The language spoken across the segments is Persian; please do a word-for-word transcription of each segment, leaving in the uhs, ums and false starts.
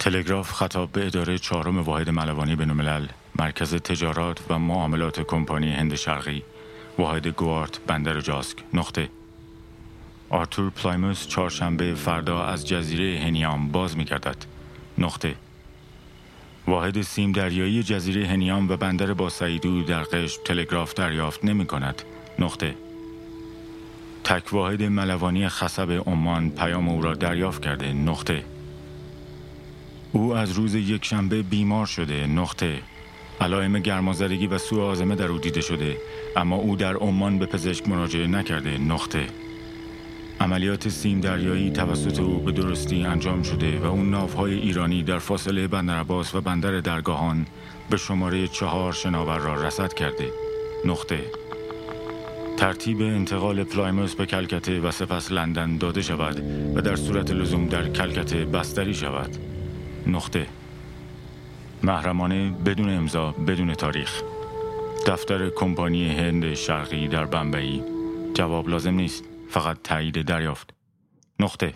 تلگراف خطاب به اداره چهارم واحد ملوانی بین‌الملل، مرکز تجارات و معاملات کمپانی هند شرقی، واحد گوارت، بندر جاسک. نقطه. آرتور پلایموث چهارشنبه فردا از جزیره هنیام باز می‌گردد. نقطه. واحد سیم دریایی جزیره هنیام و بندر باسعیدو در قشم تلگراف دریافت نمی‌کند. نقطه. تک واحد ملوانی خصب عمان پیام او را دریافت کرده. نقطه. او از روز یکشنبه بیمار شده. نقطه. علائم گرمازدگی و سوء هاضمه در او دیده شده، اما او در عمان به پزشک مراجعه نکرده. نقطه. عملیات سیم دریایی توسط او به درستی انجام شده و او ناوهای ایرانی در فاصله بندر عباس و بندر درگاهان به شماره چهار شناور را رصد کرده. نقطه. ترتیب انتقال پلایموث به کلکته و سپس لندن داده شود و در صورت لزوم در کلکته بستری شود. نقطه. محرمانه، بدون امضا، بدون تاریخ. دفتر کمپانی هند شرقی در بمبئی. جواب لازم نیست، فقط تایید دریافت. نقطه.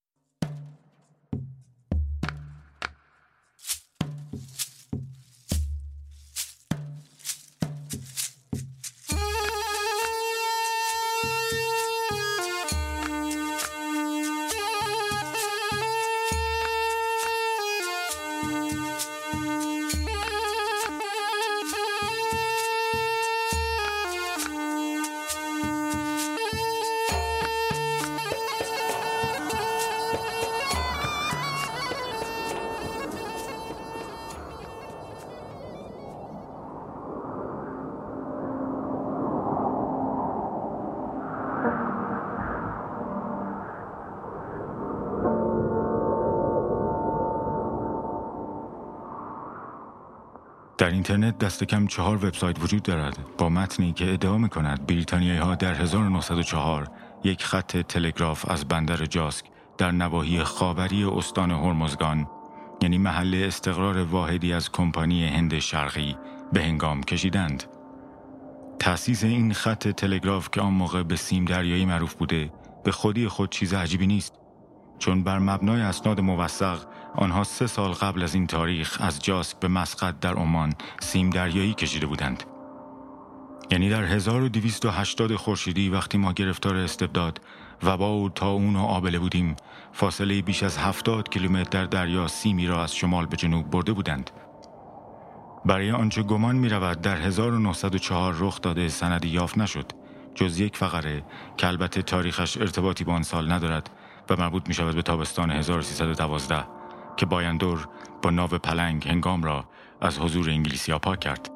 در اینترنت دست کم چهار وبسایت وجود دارد با متنی که ادعا می‌کند بریتانیایی‌ها در هزار و نهصد و چهار یک خط تلگراف از بندر جاسک در نواحی خاوری استان هرمزگان، یعنی محل استقرار واحدی از کمپانی هند شرقی، به هنگام کشیدند. تأسیس این خط تلگراف که آن موقع به سیم دریایی معروف بوده، به خودی خود چیز عجیبی نیست، چون بر مبنای اسناد موثق آنها سه سال قبل از این تاریخ از جاسک به مسقط در عمان سیم دریایی کشیده بودند. یعنی در هزار و دویست و هشتاد خورشیدی وقتی ما گرفتار استبداد، وبا و طاعون و آبله بودیم، فاصله بیش از هفتاد کیلومتر در دریا سیمی را از شمال به جنوب برده بودند. برای آنچه گمان می رود در هزار و نهصد و چهار رخ داده سندی یافت نشد، جز یک فقره که البته تاریخش ارتباطی با آن سال ندارد و مربوط می شود به تابستان هزار و سیصد و دوازده که بایندور با ناو پلنگ هنگام را از حضور انگلیسی‌ها پاک کرد.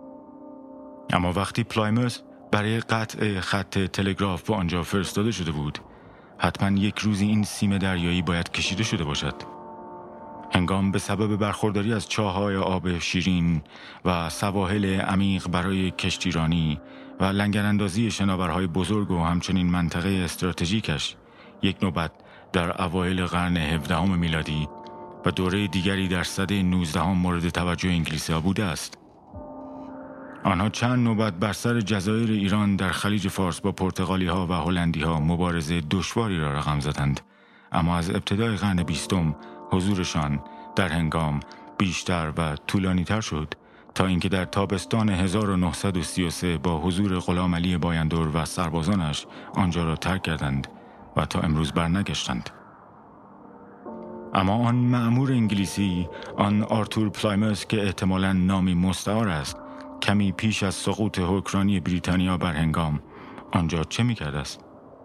اما وقتی پلایموث برای قطع خط تلگراف به آنجا فرستاده شده بود، حتما یک روزی این سیم دریایی باید کشیده شده باشد. هنگام به سبب برخورداری از چاه‌های آب شیرین و سواحل عمیق برای کشتیرانی و لنگراندازی شناورهای بزرگ و همچنین منطقه استراتژیکش، یک نوبت در اوایل قرن هفدهم میلادی و دوره دیگری در سده نوزدهم مورد توجه انگلیسی‌ها بوده است. آنها چند نوبت بر سر جزایر ایران در خلیج فارس با پرتغالی‌ها و هلندی‌ها مبارزه دشواری را رقم زدند، اما از ابتدای قرن بیستم حضورشان در هنگام بیشتر و طولانی‌تر شد تا اینکه در تابستان هزار و نهصد و سی و سه با حضور غلام علی بایندور و سربازانش آنجا را ترک کردند و تا امروز برنگشتند. اما آن مأمور انگلیسی، آن آرتور پلایموث که احتمالاً نامی مستعار است، کمی پیش از سقوط حکمرانی بریتانیا بر هنگام آنجا چه می‌کرده است؟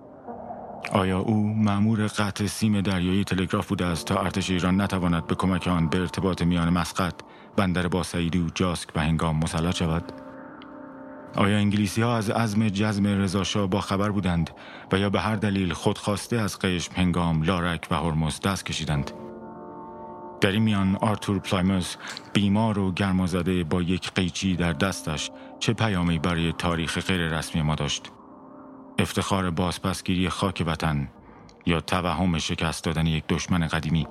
آیا او مأمور قطع سیم دریایی تلگراف بوده است تا ارتش ایران نتواند به کمک آن به ارتباط میان مسقط، بندر باسعیدو، جاسک و هنگام مسلط شود؟ آیا انگلیسی‌ها از عزم جزم رضاشاه با خبر بودند و یا به هر دلیل خودخواسته از قشم، هنگام، لارک و هرمز دست کشیدند؟ در این میان آرتور پلایموث بیمار و گرمازده با یک قیچی در دستش چه پیامی برای تاریخ غیر رسمی ما داشت؟ افتخار بازپسگیری خاک وطن یا توهم شکست دادن یک دشمن قدیمی؟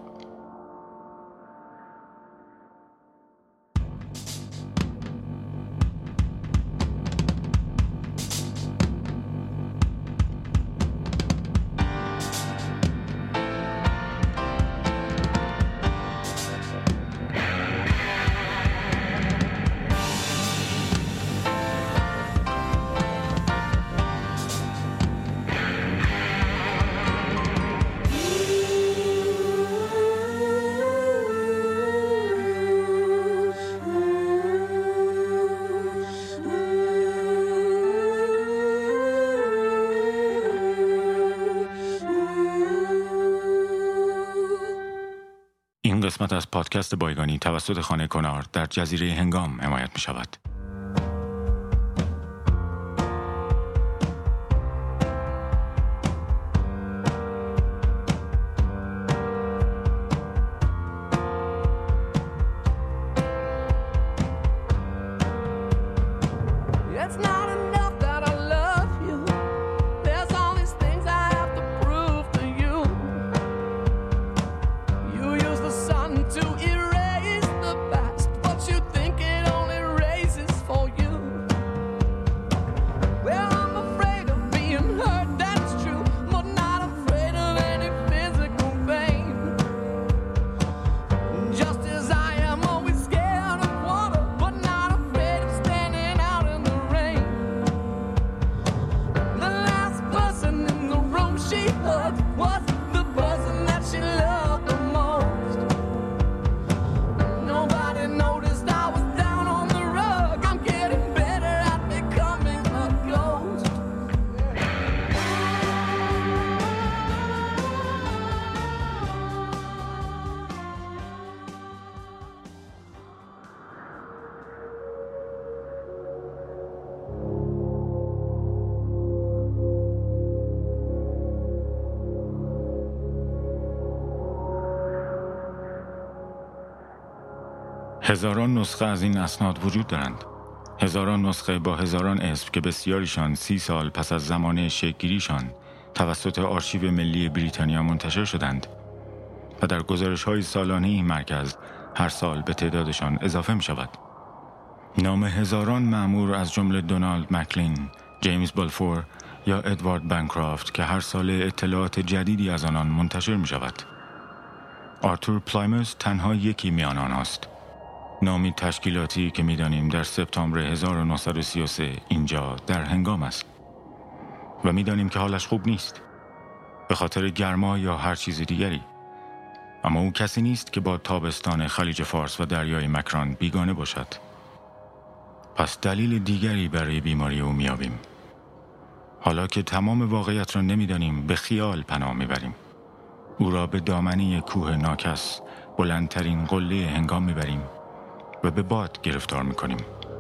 قسمت از پادکست بایگانی توسط خانه کنار در جزیره هنگام حمایت می شود. هزاران نسخه از این اسناد وجود دارند. هزاران نسخه با هزاران اسم که بسیاریشان سی سال پس از زمان شکل‌گیریشان توسط آرشیو ملی بریتانیا منتشر شدند و در گزارش‌های سالانه این مرکز هر سال به تعدادشان اضافه می شود. نام هزاران مأمور از جمله دونالد مکلین، جیمز بالفور یا ادوارد بنکرافت که هر سال اطلاعات جدیدی از آنان منتشر می شود. آرتور پلایموس تنها یکی میان آنهاست. نامی تشکیلاتی که می‌دانیم در سپتامبر هزار و نهصد و سی و سه اینجا در هنگام است و می‌دانیم که حالش خوب نیست به خاطر گرما یا هر چیز دیگری، اما او کسی نیست که با تابستان خلیج فارس و دریای مکران بیگانه باشد. پس دلیل دیگری برای بیماری او می‌یابیم. حالا که تمام واقعیت را نمی‌دانیم به خیال پناه می‌بریم. او را به دامنه کوه ناکس، بلندترین قله هنگام می‌بریم و به باد گرفتار میکنیم.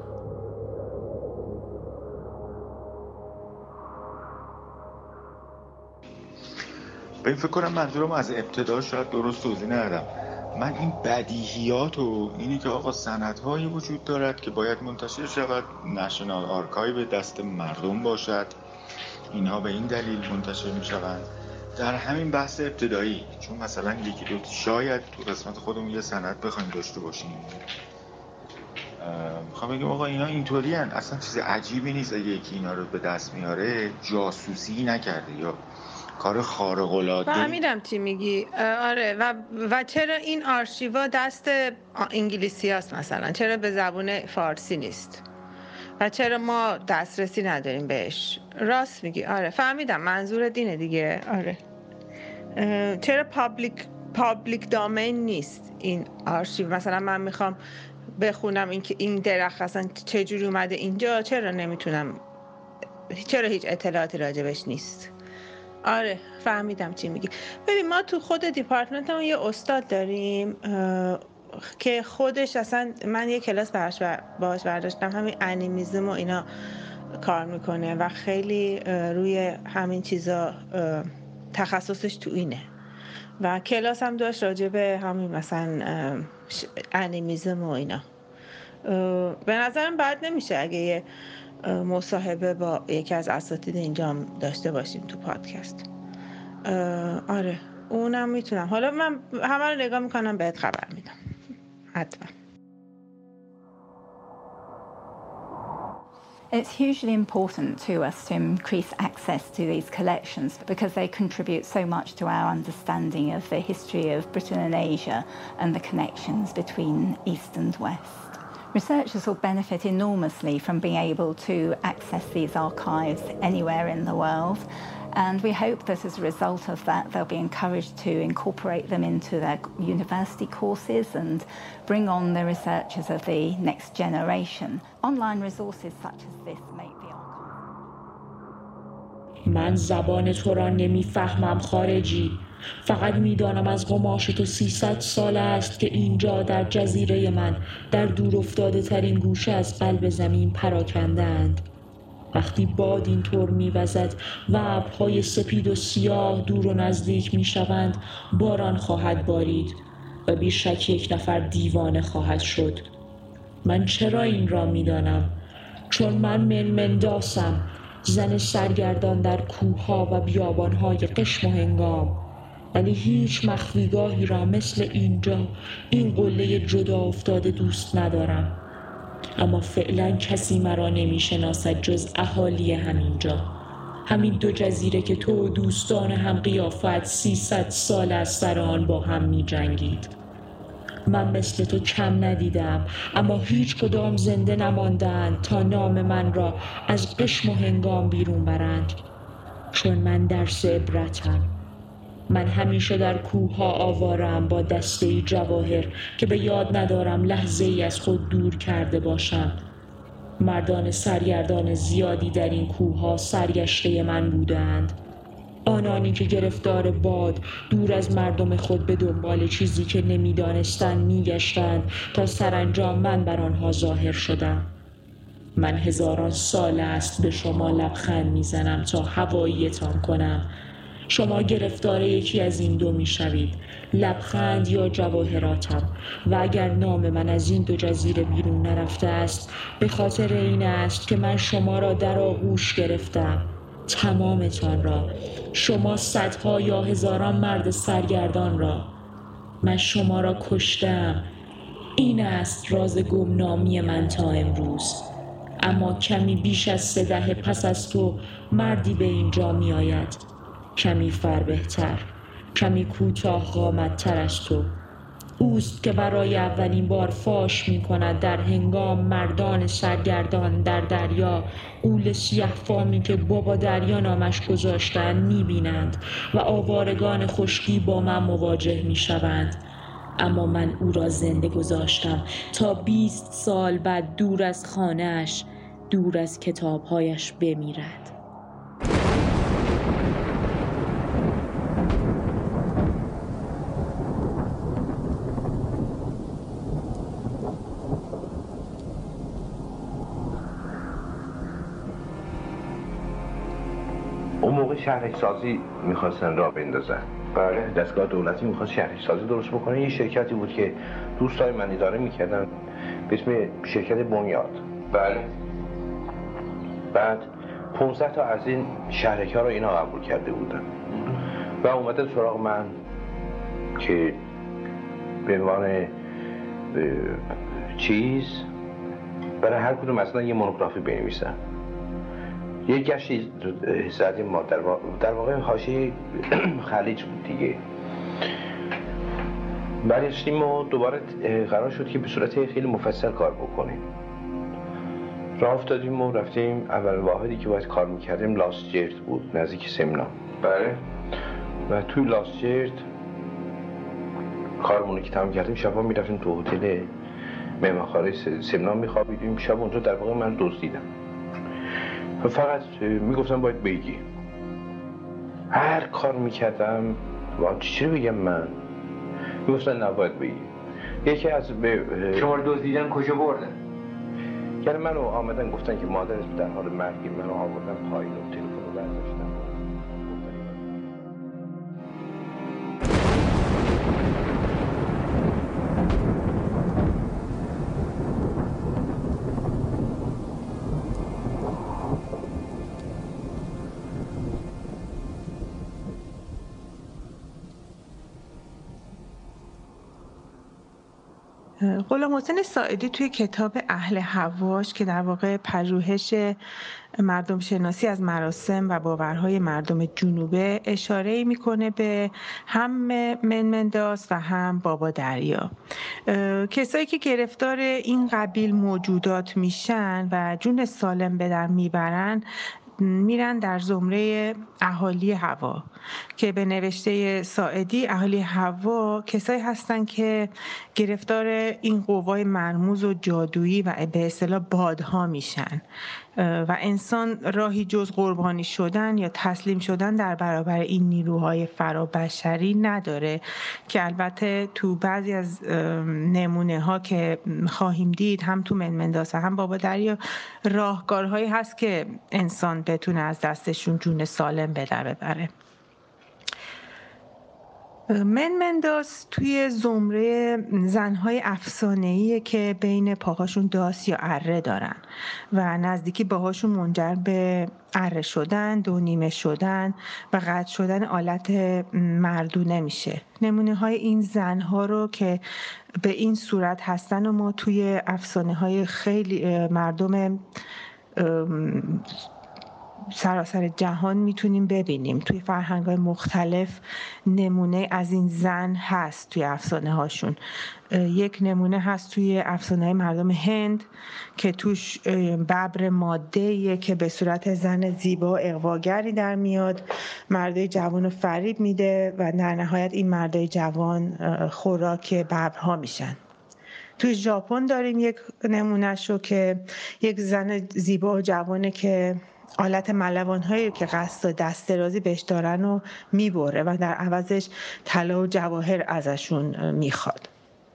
به این فکر کنم منظورم از ابتدا شاید درست توضیح ندادم. من این بدیهیات و اینی که آقا سندهایی وجود دارد که باید منتشر شود، نشنال آرکایو به دست مردم باشد، اینها به این دلیل منتشر میشوند، در همین بحث ابتدایی. چون مثلا یکی دو شاید تو قسمت خودمون یه سند بخوایم داشته باشیم، میخوام بگم آقا اینا اینطوری هن. اصلا چیز عجیبی نیست اگه یکی اینا رو به دست میاره جاسوسی نکرده یا کار خارق‌العاده. فهمیدم چی میگی. آره و و چرا این آرشیوا دست انگلیسی هست مثلا، چرا به زبون فارسی نیست و چرا ما دسترسی نداریم بهش. راست میگی. آره فهمیدم منظور دینه دیگه. آره چرا پابلیک پابلیک دامین نیست این آرشیو؟ مثلا من میخوام بخونم این که این درخت اصلا چجوری اومده اینجا، چرا نمیتونم؟ چرا هیچ اطلاعاتی راجبش نیست؟ آره فهمیدم چی میگی. ببین ما تو خود دیپارتمنتمون یه استاد داریم که خودش اصلا من یه کلاس براش باهاش برداشتم، همین انیمیزم و اینا کار میکنه و خیلی روی همین چیزا تخصصش تو اینه و کلاس هم داشت راجع به همین مثلا انیمیزم و اینا. به نظرم بد نمیشه اگه یه مصاحبه با یکی از اساتید اینجا هم داشته باشیم تو پادکست. آره اونم میتونم. حالا من همه رو نگاه میکنم بهت خبر میدم حتما. It's hugely important to us to increase access to these collections because they contribute so much to our understanding of the history of Britain and Asia and the connections between East and West. Researchers will benefit enormously from being able to access these archives anywhere in the world, and we hope that as a result of that they'll be encouraged to incorporate them into their university courses and bring on the researchers of the next generation. Online resources such as this make the archive. من زبان تو را نمیفهمم خارجی، فقط میدانم از قماش تو سیصد سال است که اینجا در جزیره من در دور افتاده ترین گوشه از قلب زمین پراکندند. وقتی باد اینطور میوزد و ابرهای سپید و سیاه دور و نزدیک میشوند، باران خواهد بارید و بیشک یک نفر دیوانه خواهد شد. من چرا این را میدانم؟ چون من من منداسم، زن سرگردان در کوه‌ها و بیابان‌های قشم و هنگام، ولی هیچ مخفیگاهی را مثل اینجا، این قله جدا افتاده دوست ندارم. اما فعلا کسی مرا نمیشناسد جز اهالی همینجا، همین دو جزیره که تو و دوستان هم قیافت سیصد سال از سر آن با هم می جنگید. من مثل تو کم ندیدم، اما هیچ کدام زنده نماندند تا نام من را از قشم و هنگام بیرون برند. چون من درس عبرتم. من همیشه در کوه‌ها آوارم با دسته‌ای جواهر که به یاد ندارم لحظه ای از خود دور کرده باشم. مردان سرگردان زیادی در این کوه‌ها سرگشته من بودند. آنانی که گرفتار باد دور از مردم خود به دنبال چیزی که نمی‌دانستند می‌گشتند تا سرانجام من بر آنها ظاهر شدم. من هزاران سال است به شما لبخند می‌زنم تا هوایی‌تان کنم. شما گرفتار یکی از این دو می‌شوید، لبخند یا جواهراتم، و اگر نام من از این دو جزیره بیرون نرفته است به خاطر این است که من شما را در آغوش گرفتم، تمامتان را، شما صدها یا هزاران مرد سرگردان را. من شما را کشتم. این است راز گمنامی من تا امروز. اما کمی بیش از سه دهه پس از تو مردی به اینجا می آید، کمی فربهتر، کمی کوتاه قامت‌تر از تو. اوست که برای اولین بار فاش می کند در هنگام مردان سرگردان در دریا غول سیاه فامی که بابا دریا نامش گذاشتند می بینند و آوارگان خشکی با من مواجه می شوند. اما من او را زنده گذاشتم تا بیست سال بعد دور از خانه‌اش، دور از کتابهایش بمیرد. اون موقع شهرک سازی میخواستن راه بندازن. بله. دستگاه دولتی میخواست شهرک سازی درست بکنه. یه شرکتی بود که دوستای من اداره میکردن به اسم شرکت بنیاد. بله. بعد پانصد تا از این شهرک ها رو اینا قبول کرده بودن و اومدن سراغ من که به عنوان چیز برای هر کدوم مثلا یه مونوگرافی بنویسن. یه گشتی زدیم ما در واقع, در واقع حاشیه خلیج بود دیگه. برگشتیم و دوباره قرار شد که به صورت خیلی مفصل کار بکنیم. راه افتادیم و رفتیم. اول واحدی که باید کار میکردیم لاستجرد بود، نزدیک سمنان. بله. و توی لاستجرد کارمونو که تمام کردیم شبا میرفتیم تو هتل مهمانخانه سمنان میخوابیدیم. شب اونجا در واقع من دزدیدم و فقط میگفتم باید بگی. هر کار میکردم وان چی رو بگم من؟ میگفتن نباید بگی. یکی از به شما رو دزدیدن کجا بردن؟ یعنی منو آمدن گفتن که مادرش در حال مرگی، منو آوردن پایین و تلفن رو برداشتن. غلام حسین ساعدی توی کتاب اهل هواش که در واقع پژوهش مردم شناسی از مراسم و باورهای مردم جنوبه اشاره میکنه به هم منمنداس و هم بابا دریا. کسایی که گرفتار این قبیل موجودات میشن و جون سالم به در میبرن میرن در زمره اهالی هوا که به نوشته ساعدی اهالی حوا کسایی هستن که گرفتار این قوای مرموز و جادویی و به اصطلاح بادها میشن و انسان راهی جز قربانی شدن یا تسلیم شدن در برابر این نیروهای فرابشری نداره، که البته تو بعضی از نمونه ها که خواهیم دید هم تو منمنداس هم بابا دریا راهکارهایی هست که انسان بتونه از دستشون جون سالم به در ببره. منمنداس توی زمره زنهای افسانه‌ایه که بین پاهاشون داس یا اره دارن و نزدیکی باهاشون منجر به اره شدن، دو نیمه شدن و قطع شدن آلت مردونه میشه. نمونه های این زنها رو که به این صورت هستن و ما توی افسانه های خیلی مردم سراسر جهان میتونیم ببینیم. توی فرهنگ‌های مختلف نمونه از این زن هست توی افسانه هاشون. یک نمونه هست توی افسانه مردم هند که توش ببر ماده‌ایه که به صورت زن زیبا اغواگری در میاد، مردای جوان رو فریب میده و در نهایت این مردای جوان خوراک ببرها میشن. توی ژاپن داریم یک نمونهشو که یک زن زیبا و جوانه که آلت ملوان‌هایی که قصد دست درازی بهش دارن رو میبره و در عوضش طلا و جواهر ازشون میخواد.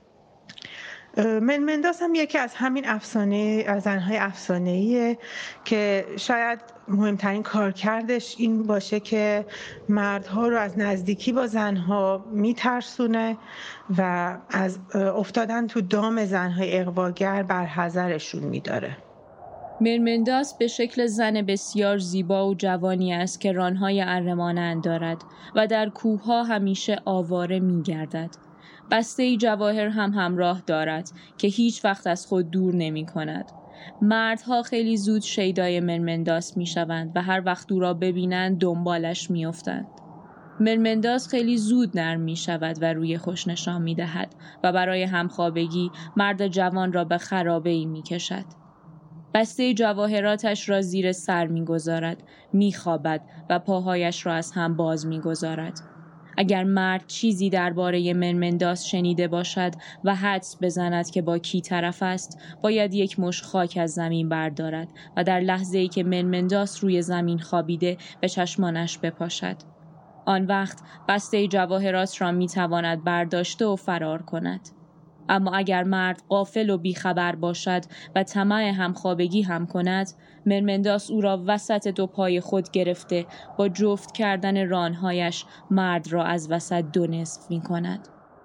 منمنداس هم یکی از همین افسانه از زنهای افسانه‌ایه که شاید مهمترین کارکردش این باشه که مردها رو از نزدیکی با زنها میترسونه و از افتادن تو دام زنهای اغواگر برحذرشون میداره. مرمنداس به شکل زن بسیار زیبا و جوانی است که رانهای اره‌مانند دارد و در کوه‌ها همیشه آواره می‌گردد. بسته‌ای جواهر هم همراه دارد که هیچ وقت از خود دور نمی‌کند. مردها خیلی زود شیدای مرمنداس می‌شوند و هر وقت او را ببینند دنبالش می‌افتند. مرمنداس خیلی زود نرم می‌شود و روی خوش نشان می‌دهد و برای همخوابگی مرد جوان را به خرابه‌ای می‌کشد. بسته جواهراتش را زیر سر می‌گذارد، می‌خوابد و پاهایش را از هم باز می‌گذارد. اگر مرد چیزی درباره مرمنداس شنیده باشد و حدس بزند که با کی طرف است، باید یک مشت خاک از زمین بردارد و در لحظه‌ای که مرمنداس روی زمین خوابیده به چشمانش بپاشد. آن وقت بسته جواهرات را می‌تواند برداشته و فرار کند. اما اگر مرد غافل و بیخبر باشد و طمع همخوابگی هم کند، مرمنداس او را وسط دو پای خود گرفته با جفت کردن رانهایش مرد را از وسط دو نصف می کند.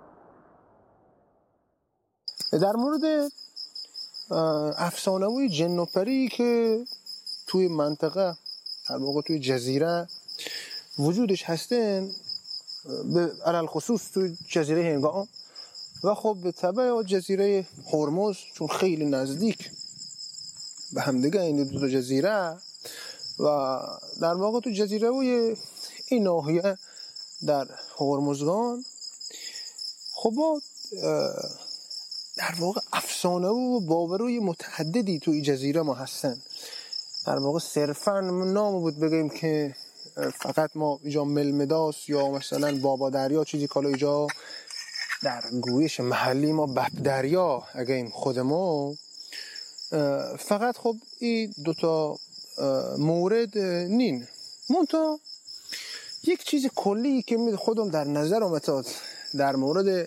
در مورد افسانه‌های جن و پری که توی منطقه در واقع توی جزیره وجودش هستن، به علل خصوص توی جزیره هنگام و خب به تبع جزیره هرمز چون خیلی نزدیک به همدیگه این دو جزیره و در واقع تو جزیره و این ناحیه در هرمزگان خب ما در واقع افسانه و باوروی متعددی توی جزیره ما هستن. در واقع صرفا نام بود بگیم که فقط ما اینجا ملمداس یا مثلا بابا دریا چیزی کالا اینجا در گویش محلی ما بب دریا اگه خود ما فقط خب این دوتا مورد نین منطقه یک چیز کلی که خودم در نظر اومد در مورد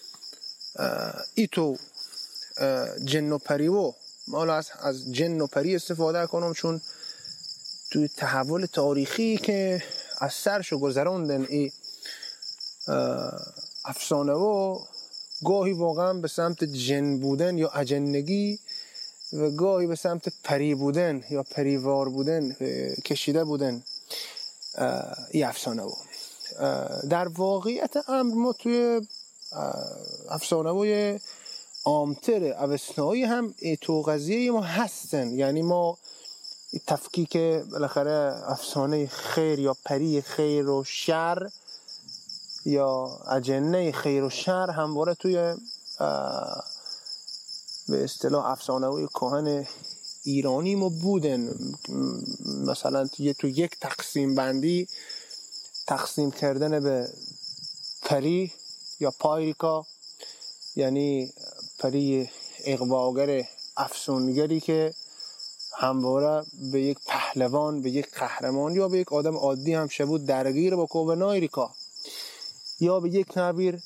ایتو جن و پری و مالا از جن و پری استفاده کنم چون توی تحول تاریخی که از سرشو گذراندن ای افسانه و گاهی واقعا به سمت جن بودن یا اجنگی و گاهی به سمت پری بودن یا پریوار بودن کشیده بودن این افسانه و در واقعیت امر ما توی افسانه و عامتر اوستایی هم تو قضیه ما هستن. یعنی ما تفکیک بالاخره افسانه خیر یا پری خیر و شر یا اجنه خیر و شر همواره توی به اصطلاح افسانه های کهن ایرانی ما بودن. مثلا توی تو یک تقسیم بندی تقسیم کردن به پری یا پایریکا، یعنی پری اغواگر افسونگری که همواره به یک پهلوان، به یک قهرمان یا به یک آدم عادی هم شبود درگیر با کوه نایریکا، یا به یک تعبیر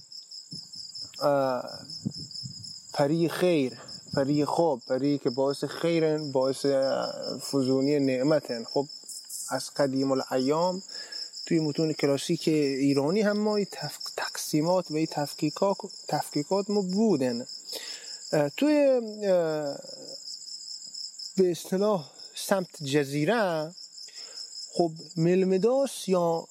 پری خیر، پری خوب، پری که باعث خیرن، باعث فزونی نعمتن. خب از قدیم الایام توی متون کلاسیک ایرانی هم ما تقسیمات و تفکیکات تفکیکات ما بودن. توی به اصطلاح سمت جزیره خب ملمداس یا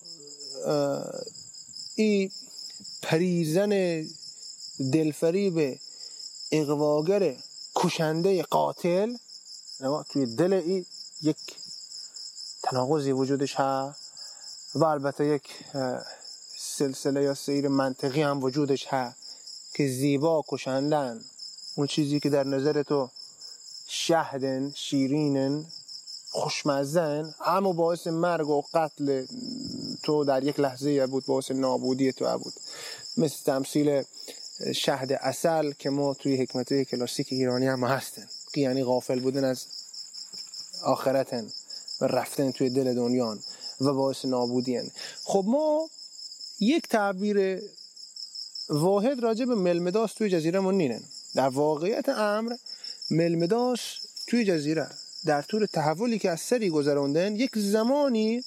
ای پریزن دلفریب اغواگر کشنده قاتل توی دل ای یک تناقضی وجودش هست و البته یک سلسله یا سیر منطقی هم وجودش هست که زیبا کشندن اون چیزی که در نظر تو شهدن، شیرینن، خوشمزن، اما باعث مرگ و قتل تو در یک لحظه بود، باعث نابودی تو بود. مثل تمثیل شهد عسل که ما توی حکمت‌های کلاسیک ایرانی هم هستن که یعنی غافل بودن از آخرتن و رفتن توی دل دنیان و باعث نابودی هن. خب ما یک تعبیر واحد راجع به ملمداس توی جزیره ما نینن. در واقعیت امر ملمداس توی جزیره در طول تحولی که از سری گذراندن یک زمانی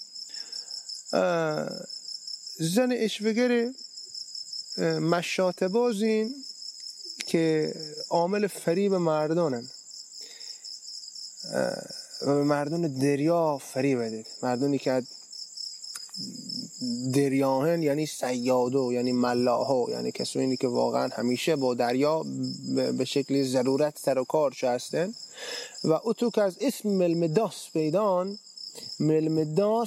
زن اشوگر مشاطه بازین که عامل فریب مردانن و مردان دریا فریب بدید، مردانی که دریاهن یعنی سیادو، یعنی ملاحو، یعنی کسانی که واقعا همیشه با دریا به شکل ضرورت سر و کارش هستن. و او تو که از اسم ملمداس پیدان، ملمداس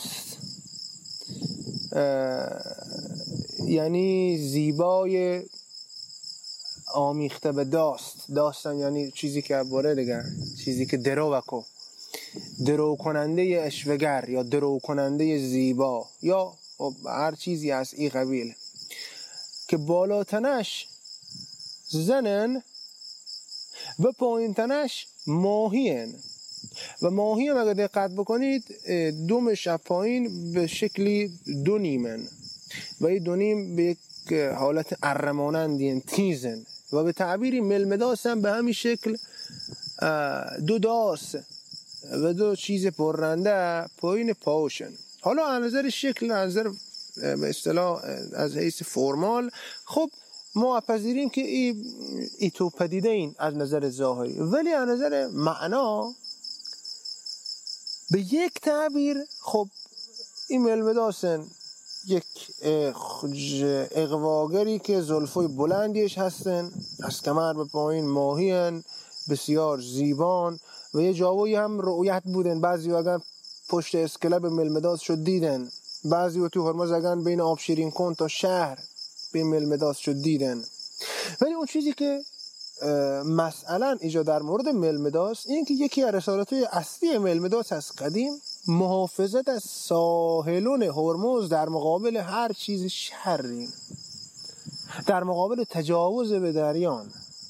یعنی زیبای آمیخته به داست. داستان یعنی چیزی که باره دیگر، چیزی که درو وکو، درو کننده اشوگر یا درو کننده زیبا یا هر چیزی از این قبیل که بالاتنش زنن و پایین تنش ماهین و ماهی هم اگر دقت بکنید دومش از پایین به شکلی دو نیمن و این دو نیم به یک حالت ارمانندی تیزن و به تعبیری ملمداس هم به همین شکل دو داس و دو چیز پرنده پایین پاوشن. حالا از نظر شکل، از نظر به اصطلاح از حیث فرمال، خب ما پذیریم که ای, ای تو پدیده این از نظر ظاهری، ولی از نظر معنا به یک تعبیر خب این ملمداسن یک اغواگری که زلفای بلندیش هستن، از کمر به پایین ماهیان، بسیار زیبان و یه جاوی هم رؤیت بودن. بعضی اگر پشت اسکله به ملمداس شد دیدن، بعضی و تو هرمز اگر بین آب شیرین کن تا شهر به ملمداس شد دیدن. ولی اون چیزی که مسئلا ایجا در مورد ملمداس این که یکی از رسالت‌های اصلی ملمداس از قدیم محافظت از ساحلون هرمز در مقابل هر چیز شری، در مقابل تجاوز به دریان،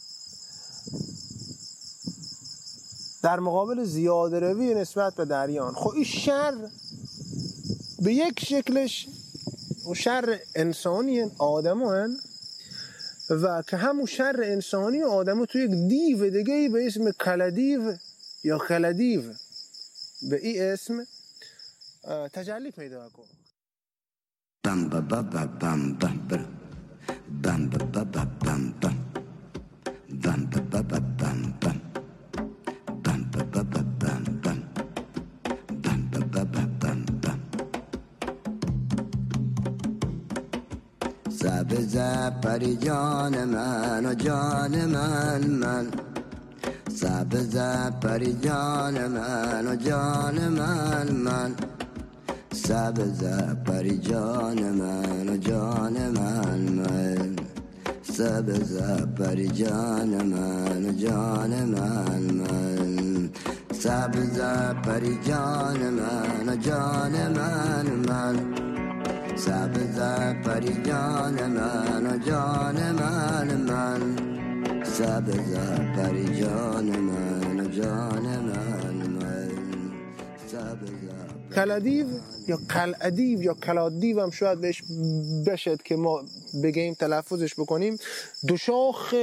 در مقابل زیاده روی نسبت به دریان. خب این شر به یک شکلش شر انسانی آدمو هن و که همون شر انسانی و آدمو توی یک دیو دیگه به اسم کلدیو یا خلدیو به این اسم تجلی پیدا کن. بم بم بم بم بم بم بم بم بم بم بم بم بم بم بم بم بم سبز پری جان من و جان من من، سبز پری جان من و جان من من، سبز پری جان من و جان من من، سبز پری جان من و جان من من، سبز پری جان من و جان من من، سبز پری جان من و جان من من سبز پری جان من و جان من من سبز کلادیو یا کلادیو یا کلادیو هم شاید بهش بشد که ما بگیم تلفظش بکنیم. دو شاخ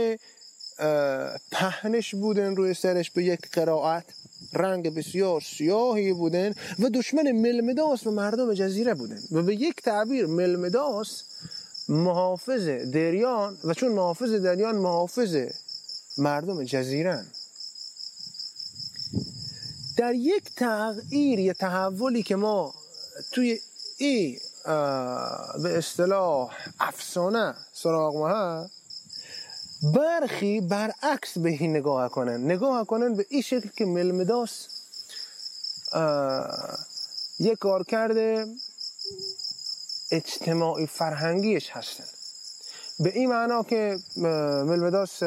پهنش بودن روی سرش به یک قرائت، رنگ بسیار سیاهی بودن و دشمن ملمداس و مردم جزیره بودن و به یک تعبیر ملمداس محافظ دریان و چون محافظ دریان محافظ مردم جزیرن. در یک تغییر یا تحولی که ما توی این به اصطلاح افسانه سراغ ما هست، برخی برعکس به این نگاه کنن نگاه کنن به این شکل که ملمداس یک کار کرده اجتماعی فرهنگیش هستن، به این معنا که ملمداس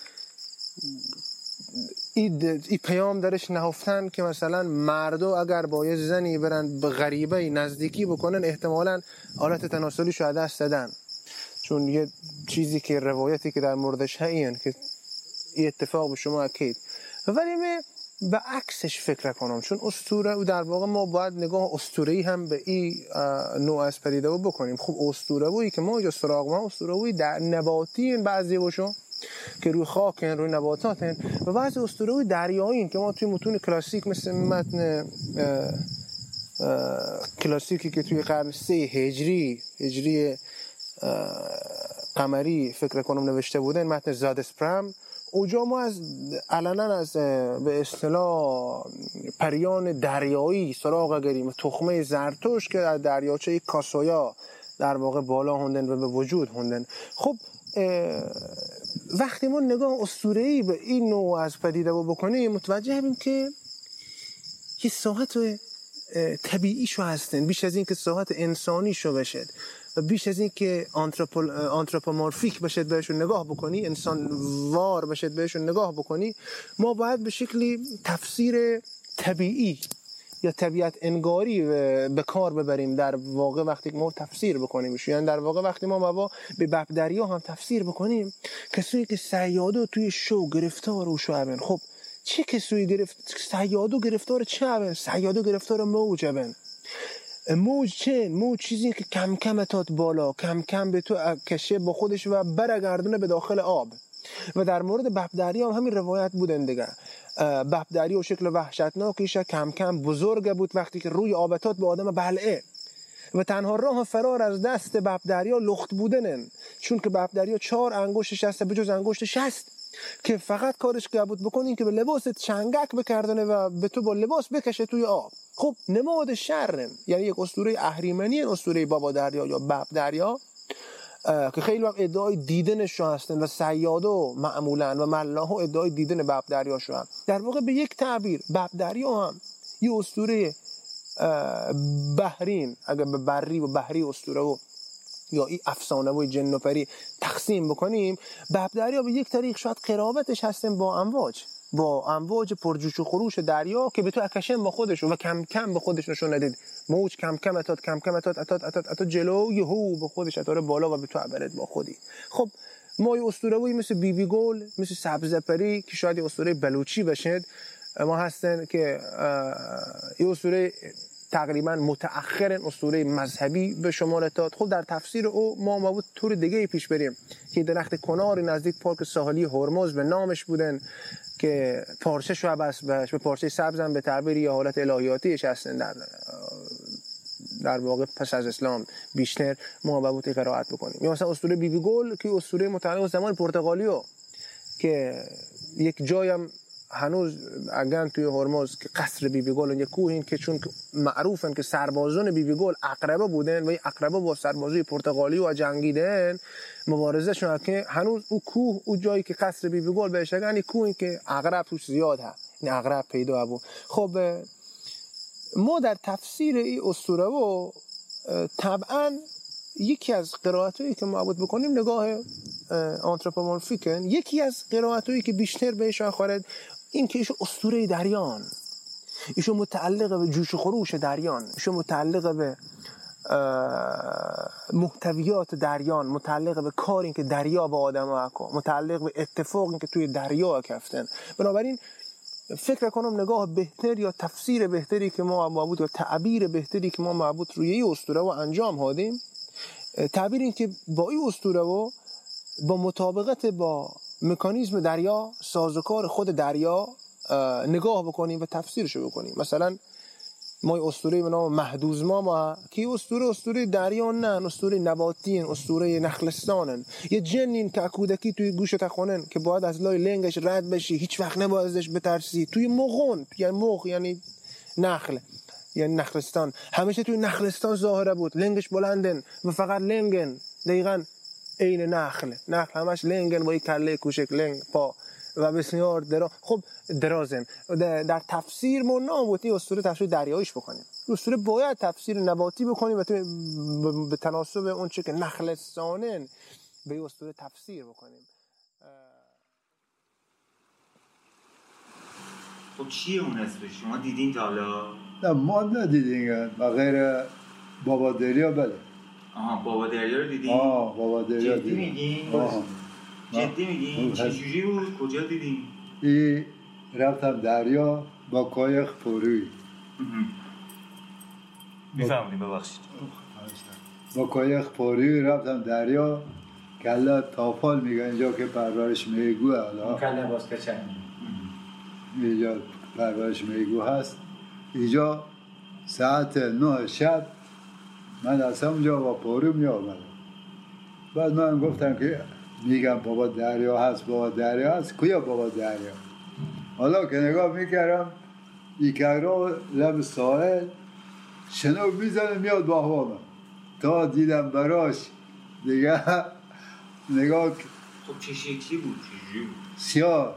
ای پیام درش نهفتن که مثلا مردو اگر با یه زنی برن به غریبه نزدیکی بکنن احتمالاً حالت تناسلی شاید دست دادن، چون یه چیزی که روایتی که در موردش هست که این اتفاق به شما اکید. ولی من به عکسش فکر کنم، چون اسطوره و در واقع ما باید نگاه اسطوره‌ای هم به این نوع از پدیده رو بکنیم. خب اسطوره‌ای که ما اینجا سراغ ما اسطوره‌ای در نباتی بعضی باشون که روی خاکن، روی نباتاتن، و بعضی اسطوره‌ای دریایی که ما توی متون کلاسیک مثل متن کلاسیکی که توی قرن سه هجری هجری قمری فکر کنم نوشته بودن، متن زادسپرم، اونجا ما از علنا از به اصطلاح پریان دریایی سراغ گریم، تخمه زرتوش که از دریاچه کاسویا در واقع بالا هوندن و به وجود هوندن. خب وقتی ما نگاه اسطوره‌ای به این نوع از پدیده رو بکنیم متوجه هستیم که یه ساحت طبیعیشو هستن، بیش از این که ساحت انسانیشو بشد و بیش از این که آنتروپومورفیک بشد بهشون نگاه بکنی، انسان وار بشد بهشون نگاه بکنی، ما باید به شکلی تفسیر طبیعی یا طبیعت انگاری به کار ببریم در واقع وقتی ما تفسیر بکنیم. یعنی در واقع وقتی ما مبا به باب دریا هم تفسیر بکنیم، کسایی که صیادو توی شو گرفتار و شوابن، خب چه کسایی گرفت صیادو گرفتار چه هستن؟ صیادو گرفتار موج هستن. موج چه؟ موج چیزی که کم کم اتات بالا، کم کم به تو کشه با خودش و برگردونه به داخل آب. و در مورد باب دریا هم همین روایت بودن دیگه. باب دریا شکل وحشتناکیش کم کم بزرگ بود وقتی که روی آبتات به آدم بلعه و تنها راه فرار از دست باب دریا لخت بودنن، چون که باب دریا چهار انگشتش هست به جز انگشتش هست که فقط کارش که بود بکنین که به لباست چنگک بکردنه و به تو با لباس بکشه توی آب. خب نماد شرن، یعنی یک اسطوره اهریمنی، اسطوره بابا دریا یا باب دریا که خیلی وقت ادعای دیدنش هستن و صیادا معمولا و ملاحا ادعای دیدن باب دریا شو هم. در واقع به یک تعبیر باب دریا هم یه اسطوره بحرین، اگر به بری و بحری اسطوره و یا این افسانه و جن و پری تقسیم بکنیم، باب دریا به یک طریق شاید قرابتش هستن با امواج، با امواج پرجوش و خروش دریا که به تو اکشن با خودش و کم کم به خودش نشون ندید. موج کم کم اتات کم کم اتات اتات اتات اتات جلو یهو به خودش اتاره بالا و به تو عبرت با خودی. خب ما یه اسطوره‌ای مثل بی بی گل، مثل سبز پری که شاید یه اسطوره بلوچی بشد ما هستن که یه اسطوره تقریبا متأخر اسطوره مذهبی به شمال اتاد. خب در تفسیر او ما ما بود طور دیگه پیش بریم که درخت کنار نزدیک پارک ساحلی هرمز به نامش بودن که پارچه شو بس بهش به پارچه سبزم به تعبیر یا حالت الهیاتیش هستن. در در واقع پس از اسلام بیشتر ما باید قرائت بکنیم. یا مثلا اسطوره بی بی گل که اسطوره متعلق به زمان پرتغالیو که یک جایم هنوز اگر توی هرمز که قصر بی بی گل یک کوهین که چون معروفن که سربازان بی بی گل عقربه بودن و این عقربه با سربازای پرتغالی و جنگیدن مبارزه شدن که هنوز او کوه او جایی که قصر بی بی گل بهش میگن کوهی که عقرب توش زیاد هست، این عقرب پیدا بود. خب ما در تفسیر این اسطوره و طبعا یکی از قرائتایی که ما باید بکنیم نگاه آنتروپومورفیکن. یکی از قرائتایی که بیشتر بهش خورد این که ایشو اسطوره دریان، ایشو متعلق به جوش و خروش دریان، ایشو متعلق به محتویات دریان متعلق به کاری که دریا با آدم ها اکا، متعلق به اتفاقی که توی دریا کفتن. بنابراین فکر کنم نگاه بهتر یا تفسیر بهتری که ما معبود یا تعبیر بهتری که ما معبود روی این اسطوره و انجام هادیم، تعبیر این که با این اسطوره و با مطابقت با مکانیزم دریا، سازوکار خود دریا نگاه بکنیم و تفسیرشو بکنیم. مثلا ما اسطوره به نام مهدوزما ما که اسطوره اسطوره دریا نه، اسطوره نباتی، اسطوره نخلستانن. یه جنین که کودکی توی گوشت خونن که باید از لای لنگش رد بشی، هیچ وقت نباید ازش بترسی. توی مغون، یعنی مغ یعنی نخل، یعنی نخلستان، همیشه توی نخلستان ظاهره بود. لنگش بلندن و فقط لنگن، دقیقاً عین نخل. نخل همش لنگن با یک کله کوچک لنگ پا و بسیار دراز. خب درازن. در تفسیر ما ناموتی اسطوره تفسیر دریاییش بکنیم. اسطوره باید تفسیر نباتی بکنیم و به تناسب اون چه که نخلستانن به اسطوره تفسیر بکنیم. خب چیه اون اسمش؟ شما دیدین تا حالا؟ نه ما ندیدیم، بغیر بابا دریا. بله. آها بابا دریا رو دیدین؟ آه بابا دریا جدی میگین؟ جدی میگین؟ چجوری بود؟ کجا دیدین؟ ای رفتم دریا با قایق پروی. میفهمونی ببخشید. با قایق پروی رفتم دریا. کله تافال میگه اینجا که پرورش میگو حالا. کله بازکچن. اینجا پرورش میگو هست. اینجا ساعت نه شب من از همونجا با پارو می آمدم. بعد من گفتم که میگم بابا دریا هست، بابا دریا هست، کیا بابا دریا؟ حالا که نگاه میکردم ایکرا لب ساحل شنو میزنه میاد با هوا من تا دیدم براش دیگه نگاه. خب چه شکلی بود؟ چجوری بود؟ سیاه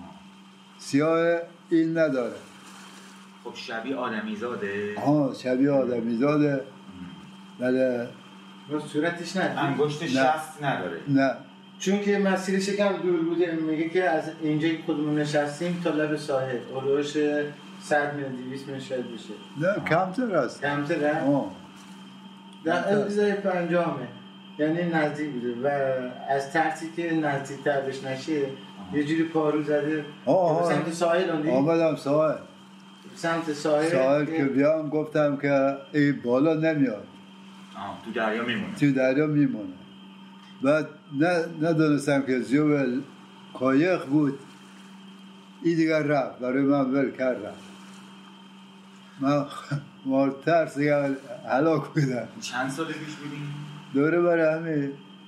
سیاه این نداره. خب شبیه آدمیزاده؟ آها شبیه آدمیزاده. بله. صورتش نداره؟ انگشت شست نداره؟ نه. چون که مسیرش یکم دور بوده. میگه که از اینجا که خودمون نشستیم تا لب ساحل اولوش صد میلیون دویست میلیون شاید بشه. نه کمتر است. کمتر هست؟ آه. در انتظار پنجامه، یعنی نزدیک بوده و از ترسی که نزدیک تر بش نشه یه جوری پارو زده. آه سمت ساحل آمدی؟ آمدم ساحل. سمت ساحل ساحل که بیام گفتم که ای بالا نمیاد. آه تو دریا میمونه. تو دریا میمونه. بعد ندونستم که زیو قایق بود. این دیگر رفت برای من ول کرد رفت. من مرترس دیگر هلاک بودم. چند سال پیش بودین؟ دوره برای همه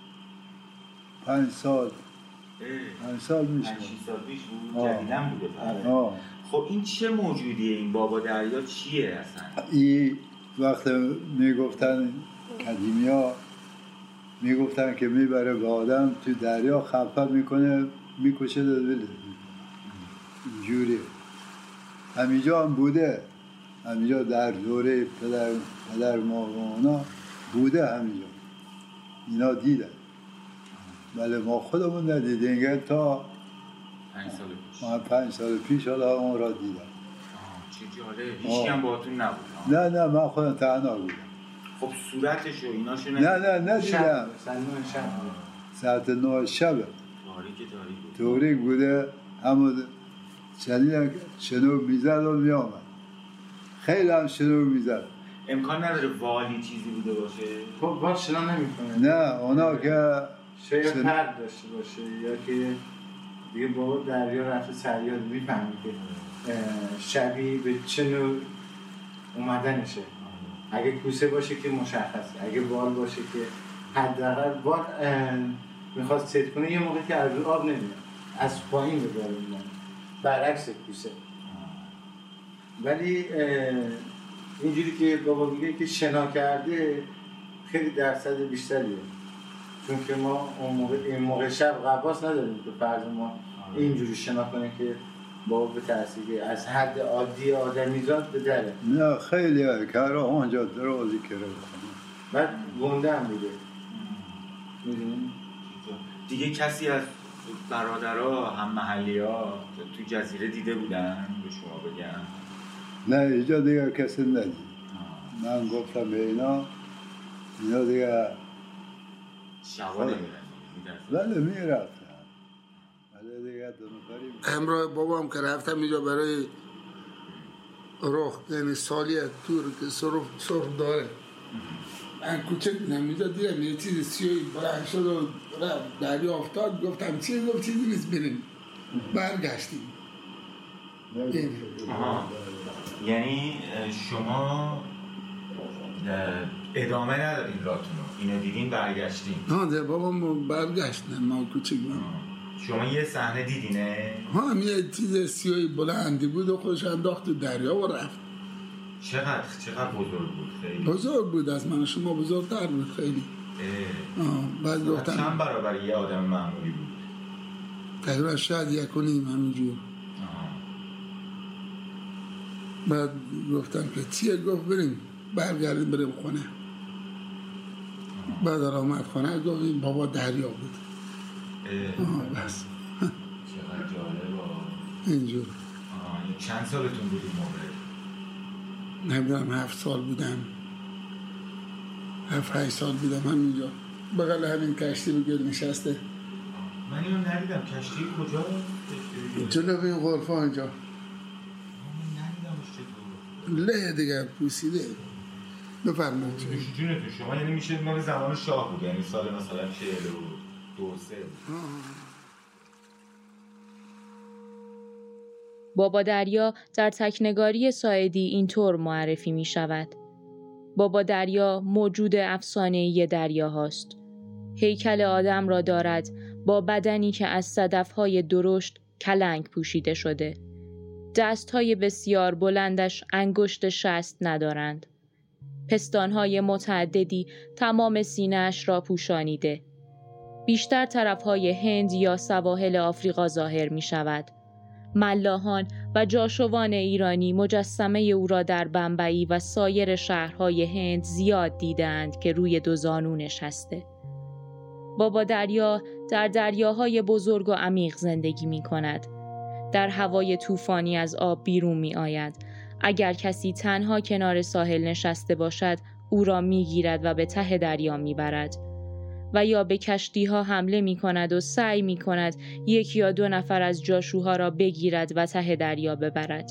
پنج سال پنج سال میشه. پنج سال پیش بود؟ جدیدن بوده پس. آه. خب این چه موجودیه این بابا دریا چیه اصلا؟ این وقت میگفتن قدیمی ها میگفتن که میبره به آدم تو دریا خفه میکنه میکشه دل اینجوری. همینجا هم بوده، همینجا در دوره پدر پدر ما و اونا بوده، همینجا اینا دیدن. بله ما خودمون ندیدیم تا پنج سال پیش. ما پنج سال پیش حالا اون را دیدم. چه جالب. هیچی هم باهاتون نبود؟ نه نه من خودم تنها بودم. خب صورتشو ایناشو نه نه ندیدم. ساعت نه شب تاریک تاریک تاریک بوده. همون شنیدم شنو میزد و میامد. خیلی هم شنو میزد. امکان نداره والی چیزی بوده باشه؟ خب وال شنا نمیکنه. نه اونا که شاید پرد داشته باشه یا که دیگه بابا دریا رفته سریال میفهمی که شبیه به چه نوع اومدنشه. اگه کوسه باشه که مشخصه، اگه وال باشه که حداقل وال میخواد ست کنه یه موقع که از روی آب نمیاد، از پایین به بالا میاد، برعکس کوسه. ولی اینجوری که بابا میگه که شنا کرده خیلی درصد بیشتریه، چون که ما اون موقع این موقع شب غواص نداریم که فرض ما اینجوری شنا کنه که بابا به تأثیری از حد عادی آدمیزاد به دره. نه خیلی ها که را اونجا درازی کرده بخونم. بعد گنده هم بوده. میدونیم؟ دیگه کسی از برادرها هم محلی ها تو جزیره دیده بودن به شما بگن؟ نه اینجا دیگه کسی ندید. من گفتم به اینا اینا دیگه شبا نمیرن بله میرفتن ولی دیگه دو نفری همراه بابام که رفتم اینجا برای رخ یعنی سالیت تور که سرخ سرخ داره من کوچک بودم اینجا دیدم یه چیز سیاهی بلند شد و رفت دریا افتاد گفتم چیز گفت چیزی نیست بریم برگشتیم. آها. یعنی شما ادامه ندارین راتونو اینو دیدین برگشتین؟ ها ده بابام برگشتن ما کوچک بودم. شما یه صحنه دیدینه؟ ها یه چیز سیاهی بلندی بود و خودش انداخت تو دریا و رفت. چقدر چقدر بزرگ بود؟ خیلی بزرگ بود از من شما بزرگتر بود خیلی. آه بعد گفتم چند برابر یه آدم معمولی بود؟ تقریبا شاید یک و نیم همینجور. بعد گفتم که چیه؟ گفت بریم برگردیم بریم خونه. بعد آمد خونه گفتیم بابا دریا بود. آه بس چقدر جالب اینجور. چند سالتون بود این موقع؟ نمیدونم هفت سال بودم هفت هشت سال بودم همینجا بغل همین کشتی رو گل نشسته. من اینو ندیدم. کشتی کجا؟ جلو این غرفه اینجا. من ندیدمش چطور؟ له دیگه پوسیده. بفرمایید جونتون شما یعنی میشه مال زمان شاه بود یعنی سال مثلا چهل و دو سه بود. بابا دریا در تکنگاری ساعدی اینطور معرفی می شود. بابا دریا موجود افسانه‌ای دریا هاست. هیکل آدم را دارد با بدنی که از صدفهای درشت کلنگ پوشیده شده. دستهای بسیار بلندش انگشت شست ندارند. پستانهای متعددی تمام سینه‌اش را پوشانیده. بیشتر طرفهای هند یا سواحل آفریقا ظاهر می شود. ملاحان و جاشوان ایرانی مجسمه او را در بمبئی و سایر شهرهای هند زیاد دیدند که روی دو زانو نشسته. بابا دریا در دریاهای بزرگ و عمیق زندگی می کند. در هوای طوفانی از آب بیرون می آید. اگر کسی تنها کنار ساحل نشسته باشد، او را می گیرد و به ته دریا می برد. و یا به کشتی ها حمله می کند و سعی می کند یک یا دو نفر از جاشوها را بگیرد و ته دریا ببرد.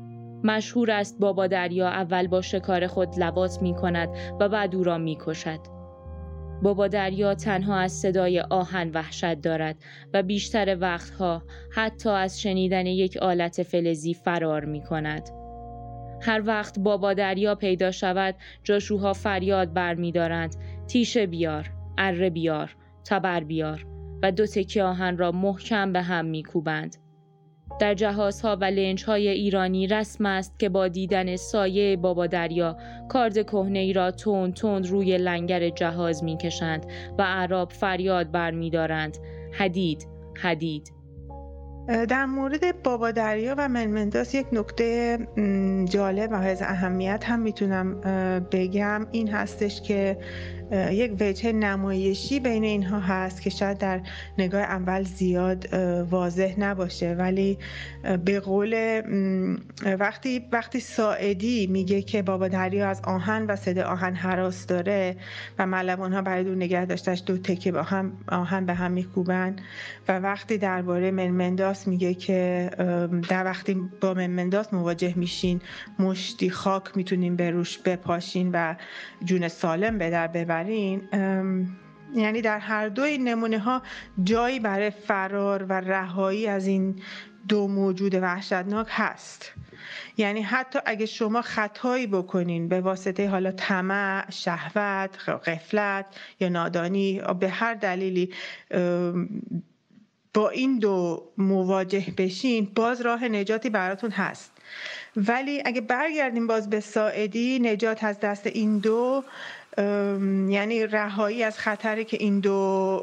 مشهور است بابا دریا اول با شکار خود لواط می کند و بعد او را می کشد. بابا دریا تنها از صدای آهن وحشت دارد و بیشتر وقتها حتی از شنیدن یک آلت فلزی فرار می کند. هر وقت بابا دریا پیدا شود، جاشوها فریاد بر می دارند: تیشه بیار، اره بیار، تبر بیار و دو تکه آهن را محکم به هم می کوبند. در جهازها و لنجهای ایرانی رسم است که با دیدن سایه بابا دریا کارد کهنه‌ای را تند تند روی لنگر جهاز می کشند و اعراب فریاد بر می دارند: حدید، حدید. در مورد بابا دریا و منمنداس یک نکته جالب و از اهمیت هم میتونم بگم این هستش که یک وجه نمایشی بین اینها هست که شاید در نگاه اول زیاد واضح نباشه، ولی به قول وقتی وقتی ساعدی میگه که بابا دریا از آهن و صد آهن هراس داره و ملوان‌ها برای دور نگه داشتش دو تکه با هم آهن به هم میکوبن، و وقتی درباره منمنداس میگه که در وقتی با منمنداس مواجه میشین مشتی خاک میتونین به روش بپاشین و جون سالم به در ببرین. یعنی در هر دو این نمونه ها جایی برای فرار و رهایی از این دو موجود وحشتناک هست. یعنی حتی اگه شما خطایی بکنین به واسطه حالا طمع، شهوت، غفلت یا نادانی، به هر دلیلی با این دو مواجه بشین، باز راه نجاتی براتون هست. ولی اگه برگردیم باز به ساعدی، نجات از دست این دو یعنی رهایی از خطری که این دو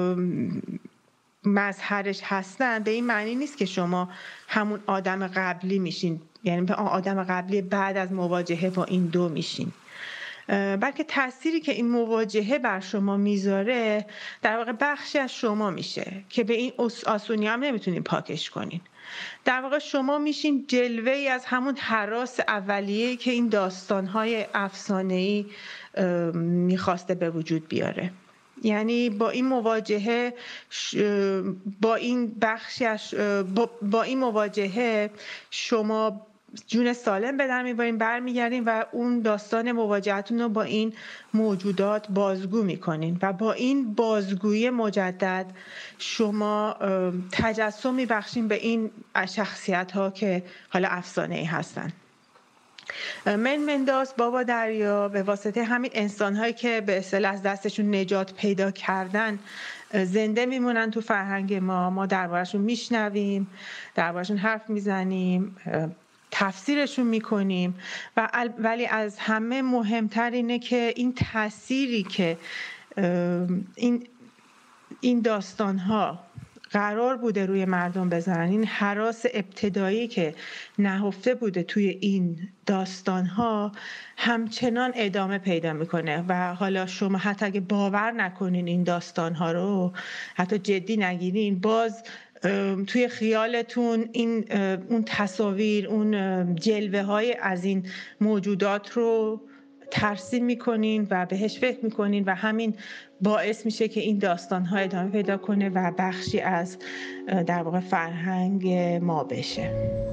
مظهرش هستن، به این معنی نیست که شما همون آدم قبلی میشین، یعنی به آدم قبلی بعد از مواجهه با این دو میشین، بلکه تأثیری که این مواجهه بر شما میذاره در واقع بخشی از شما میشه که به این آسونی هم نمیتونین پاکش کنین. در واقع شما میشین جلوه‌ای از همون هراس اولیه‌ای که این داستان‌های افسانه‌ای میخواسته به وجود بیاره. یعنی با این مواجهه با این بخشی با, با این مواجهه شما جون سالم به در میبرین، برمیگردین و اون داستان مواجهتون رو با این موجودات بازگو میکنین و با این بازگویی مجدد شما تجسم میبخشین به این شخصیت ها که حالا افسانه ای هستن. من منداس، بابا دریا به واسطه همین انسان هایی که به اصطلاح از دستشون نجات پیدا کردن زنده میمونن تو فرهنگ ما. ما دربارشون میشنویم، دربارشون حرف میزنیم، تفسیرشون میکنیم و ولی از همه مهمتر اینه که این تأثیری که این این داستان‌ها قرار بوده روی مردم بذارن، این هراس ابتدایی که نهفته بوده توی این داستان‌ها همچنان ادامه پیدا میکنه و حالا شما حتی اگه باور نکنین این داستان‌ها رو، حتی جدی نگیرین، باز توی خیالتون این اون تصاویر، اون جلوه های از این موجودات رو ترسیم میکنین و بهش فکر میکنین و همین باعث میشه که این داستان ها ادامه پیدا کنه و بخشی از در واقع فرهنگ ما بشه.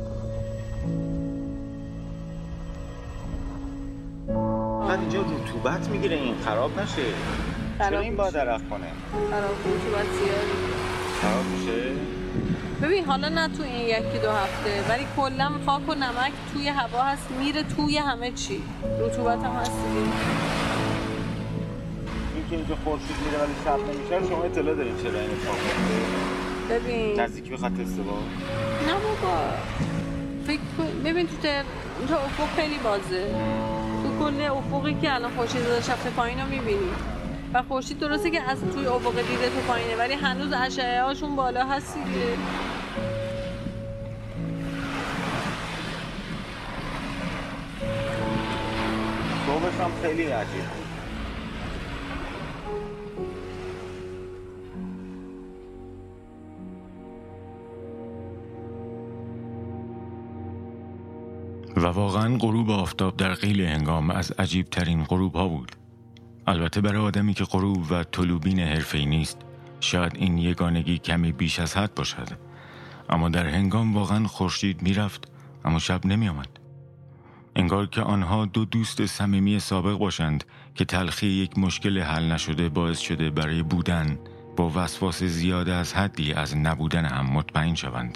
بعد اینجا رطوبت میگیره، این خراب نشه. چرا این با درخت کنه؟ خراب رطوبت زیاده. خراب میشه؟ ببین حالا نه تو این یکی دو هفته، ولی کلا خاک و نمک توی هوا هست، میره توی همه چی. رطوبت هم هست دیگه. این که اینجا خورشید میره ولی شب نمیشه، شما اطلاع دارین چرا این اتفاق میفته؟ ببین نزدیک به خط استوا؟ نه بابا. فکر ببین تو تر اونجا افق خیلی بازه. تو کل افقی که الان خورشید داره شفت پایین رو میبینی و خورشید درسته که از توی افق دیده تو پایینه ولی هنوز اشعه هاشون بالا هست دیگه. صبحش هم خیلی عجیب. و واقعا غروب آفتاب در قیل هنگام از عجیب ترین غروب ها بود. البته برای آدمی که غروب و طلوبین حرفه‌ای نیست شاید این یگانگی کمی بیش از حد باشد، اما در هنگام واقعا خورشید میرفت اما شب نمی آمد. انگار که آنها دو دوست صمیمی سابق باشند که تلخی یک مشکل حل نشده باعث شده برای بودن با وسواس زیاده از حدی از نبودن هم مطمئن شوند.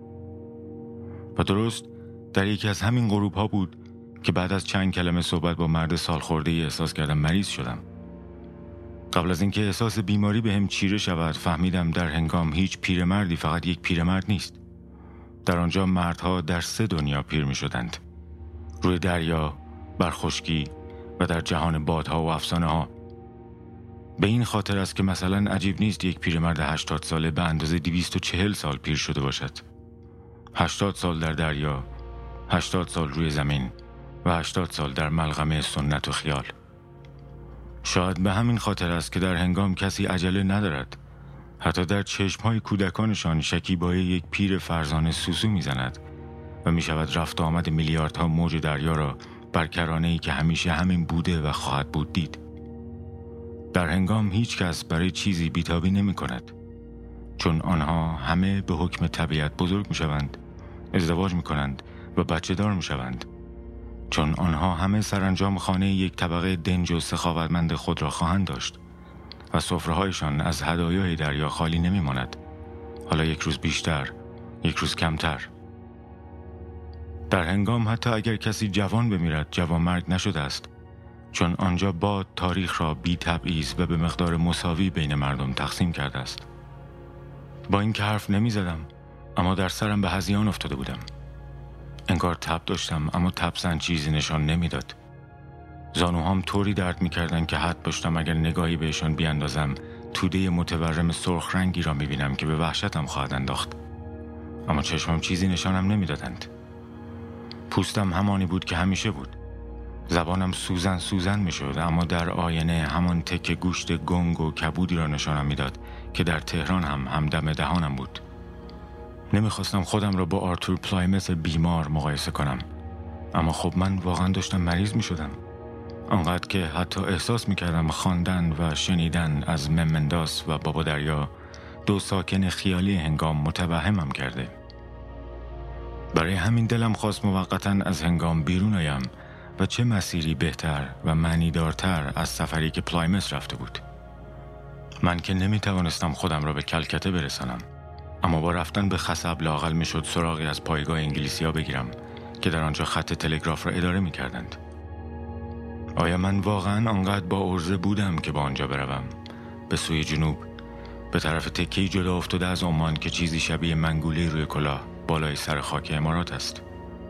و درست در یکی از همین غروب ها بود که بعد از چند کلمه صحبت با مرد سالخورده‌ای احساس کردم مریض شدم. قبل از اینکه احساس بیماری بهم چیره شود فهمیدم در هنگام هیچ پیرمردی فقط یک پیرمرد نیست. در آنجا مردها در سه دنیا پیر می شدند. روی دریا، بر خشکی و در جهان بادها و افسانه ها. به این خاطر است که مثلا عجیب نیست یک پیرمرد هشتاد ساله به اندازه دویست و چهل سال پیر شده باشد. هشتاد سال در دریا، هشتاد سال روی زمین و هشتاد سال در ملغمه سنت و خیال. شاید به همین خاطر است که در هنگام کسی عجله ندارد. حتی در چشمهای کودکانشان شکیبایی یک پیر فرزانه سوسو میزند و می شود رفت و آمد میلیاردها موج دریا را بر کرانه‌ای که همیشه همین بوده و خواهد بود دید. در هنگام هیچ کس برای چیزی بیتابی نمی کند، چون آنها همه به حکم طبیعت بزرگ می شوند، ازدواج می کنند و بچه دار می شوند، چون آنها همه سرانجام خانه یک طبقه دنج و سخاوتمند خود را خواهند داشت و سفره‌هایشان از هدایای دریا خالی نمی ماند، حالا یک روز بیشتر، یک روز کمتر. در هنگام حتی اگر کسی جوان بمیرد جوانمرگ نشده است، چون آنجا باد تاریخ را بی تبعیض و به مقدار مساوی بین مردم تقسیم کرده است. با این که حرف نمی زدم اما در سرم به هذیان افتاده بودم. انگار تب داشتم اما تب زن چیزی نشان نمیداد. زانوهام طوری درد می‌کردند که حد داشتم اگر نگاهی بهشان بیاندازم توده متورم سرخ رنگی را می‌بینم که به وحشتم خواهد انداخت. اما چشمم چیزی نشانم نمیدادند. پوستم همانی بود که همیشه بود. زبانم سوزن سوزن می‌شد اما در آینه همان تکه گوشت گنگ و کبودی را نشانم میداد که در تهران هم همدم دهانم بود. نمیخواستم خودم را با آرتور پلایمت بیمار مقایسه کنم، اما خب من واقعا داشتم مریض می شدم. آنقدر که حتی احساس میکردم خواندن و شنیدن از ممنداس و بابا دریا دو ساکن خیالی هنگام متوهمم کرده. برای همین دلم خواست موقتاً از هنگام بیرون آیم و چه مسیری بهتر و معنیدارتر از سفری که پلایمس رفته بود. من که نمیتوانستم خودم را به کلکته برسانم، اما با رفتن به خصب لااقل میشد سراغی از پایگاه انگلیسی‌ها بگیرم که در آنجا خط تلگراف را اداره میکردند. آیا من واقعاً آنقدر با عرضه بودم که با آنجا بروم؟ به سوی جنوب، به طرف تکه‌ای جدا افتاده از عمان که چیزی شبیه منگوله روی کلاه بالای سر خاک امارات است.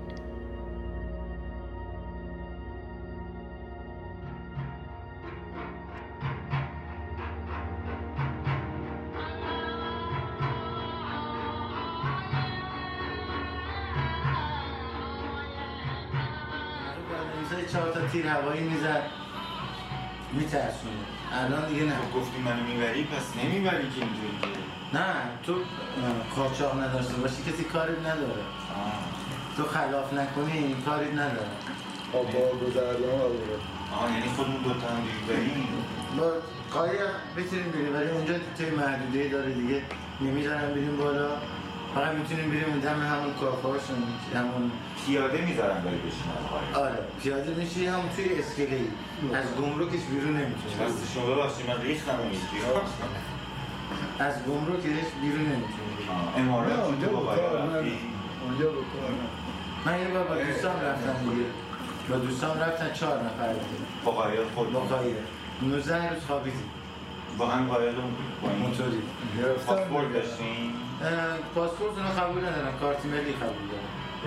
چهار تا تیر هوایی میزد میترسونه. الان دیگه نه. گفتی منو میبری پس نمیبری که اینجوری. نه تو قاچاق نداشته باشی کسی کاری نداره. آه. تو خلاف نکنی این کاری نداره. آب با گذردان آوره. آه یعنی خودمون دوتا هم دیگه بریم؟ با قایق بتونیم بریم ولی اونجا توی محدوده داره دیگه نمیذارم بریم بالا. فقط میتونیم بریم دم همون کافه‌هاشون همون پیاده میذارن برای بشینن. آره پیاده میشی هم توی اسکله‌ای از گمرکش بیرون نمیتونی. دست شما ببخشید من ریختم اینجوری. از گمرکش بیرون نمیتونی. امارات اونجا با قایق اونجا با کار. من یه بار با دوستان رفتم دیگه. با دوستان رفتن چهار نفر دیگه. با قایق خود با قایق. نوزده روز خوابیدیم. با هم قایق با موتوری. پاسپورت داشتین؟ پاسپورت اونو قبول ندارن، کارت ملی قبول دارن.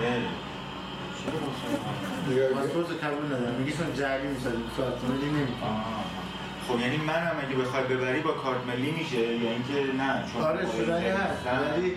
پاسپورت قبول ندارن، میگیشون جعلی میسازن، کارت ملی نمیتونن. خب یعنی من هم اگه بخوای ببری با کارت ملی میشه یا اینکه نه؟ آره شدنی هست ولی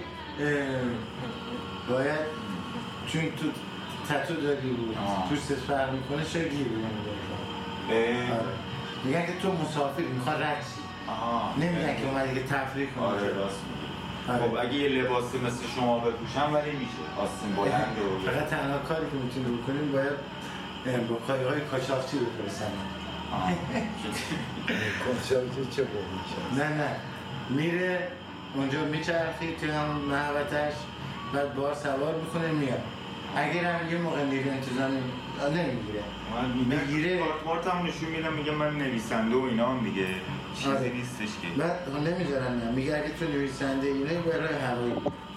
باید چون تو تتو داری بود توست فرق میکنه چه گیر نمیداری. میگن که تو مسافری میخواد رد شی، نمیگن که اومدی که تفریح کنی. آره راست میگی. خب اگه یه لباسی مثل شما بپوشم ولی میشه آستین بلند و فقط تنها کاری که میتونی بکنیم باید با قایق‌های کاشافچی بفرستن. کاشافچی چه بود؟ نه نه میره اونجا میچرخی توی همون محوطش بعد بار سوار میکنه میاد. اگر هم یه موقع نیروی انتظامی نمیگیره میگیره کارت مارت هم نشون میدم میگه من نویسنده و اینا هم دیگه چیزی آره. نیستش که بعد نمیذارن نه میگه اگه تو نویسنده اینه برای هوایی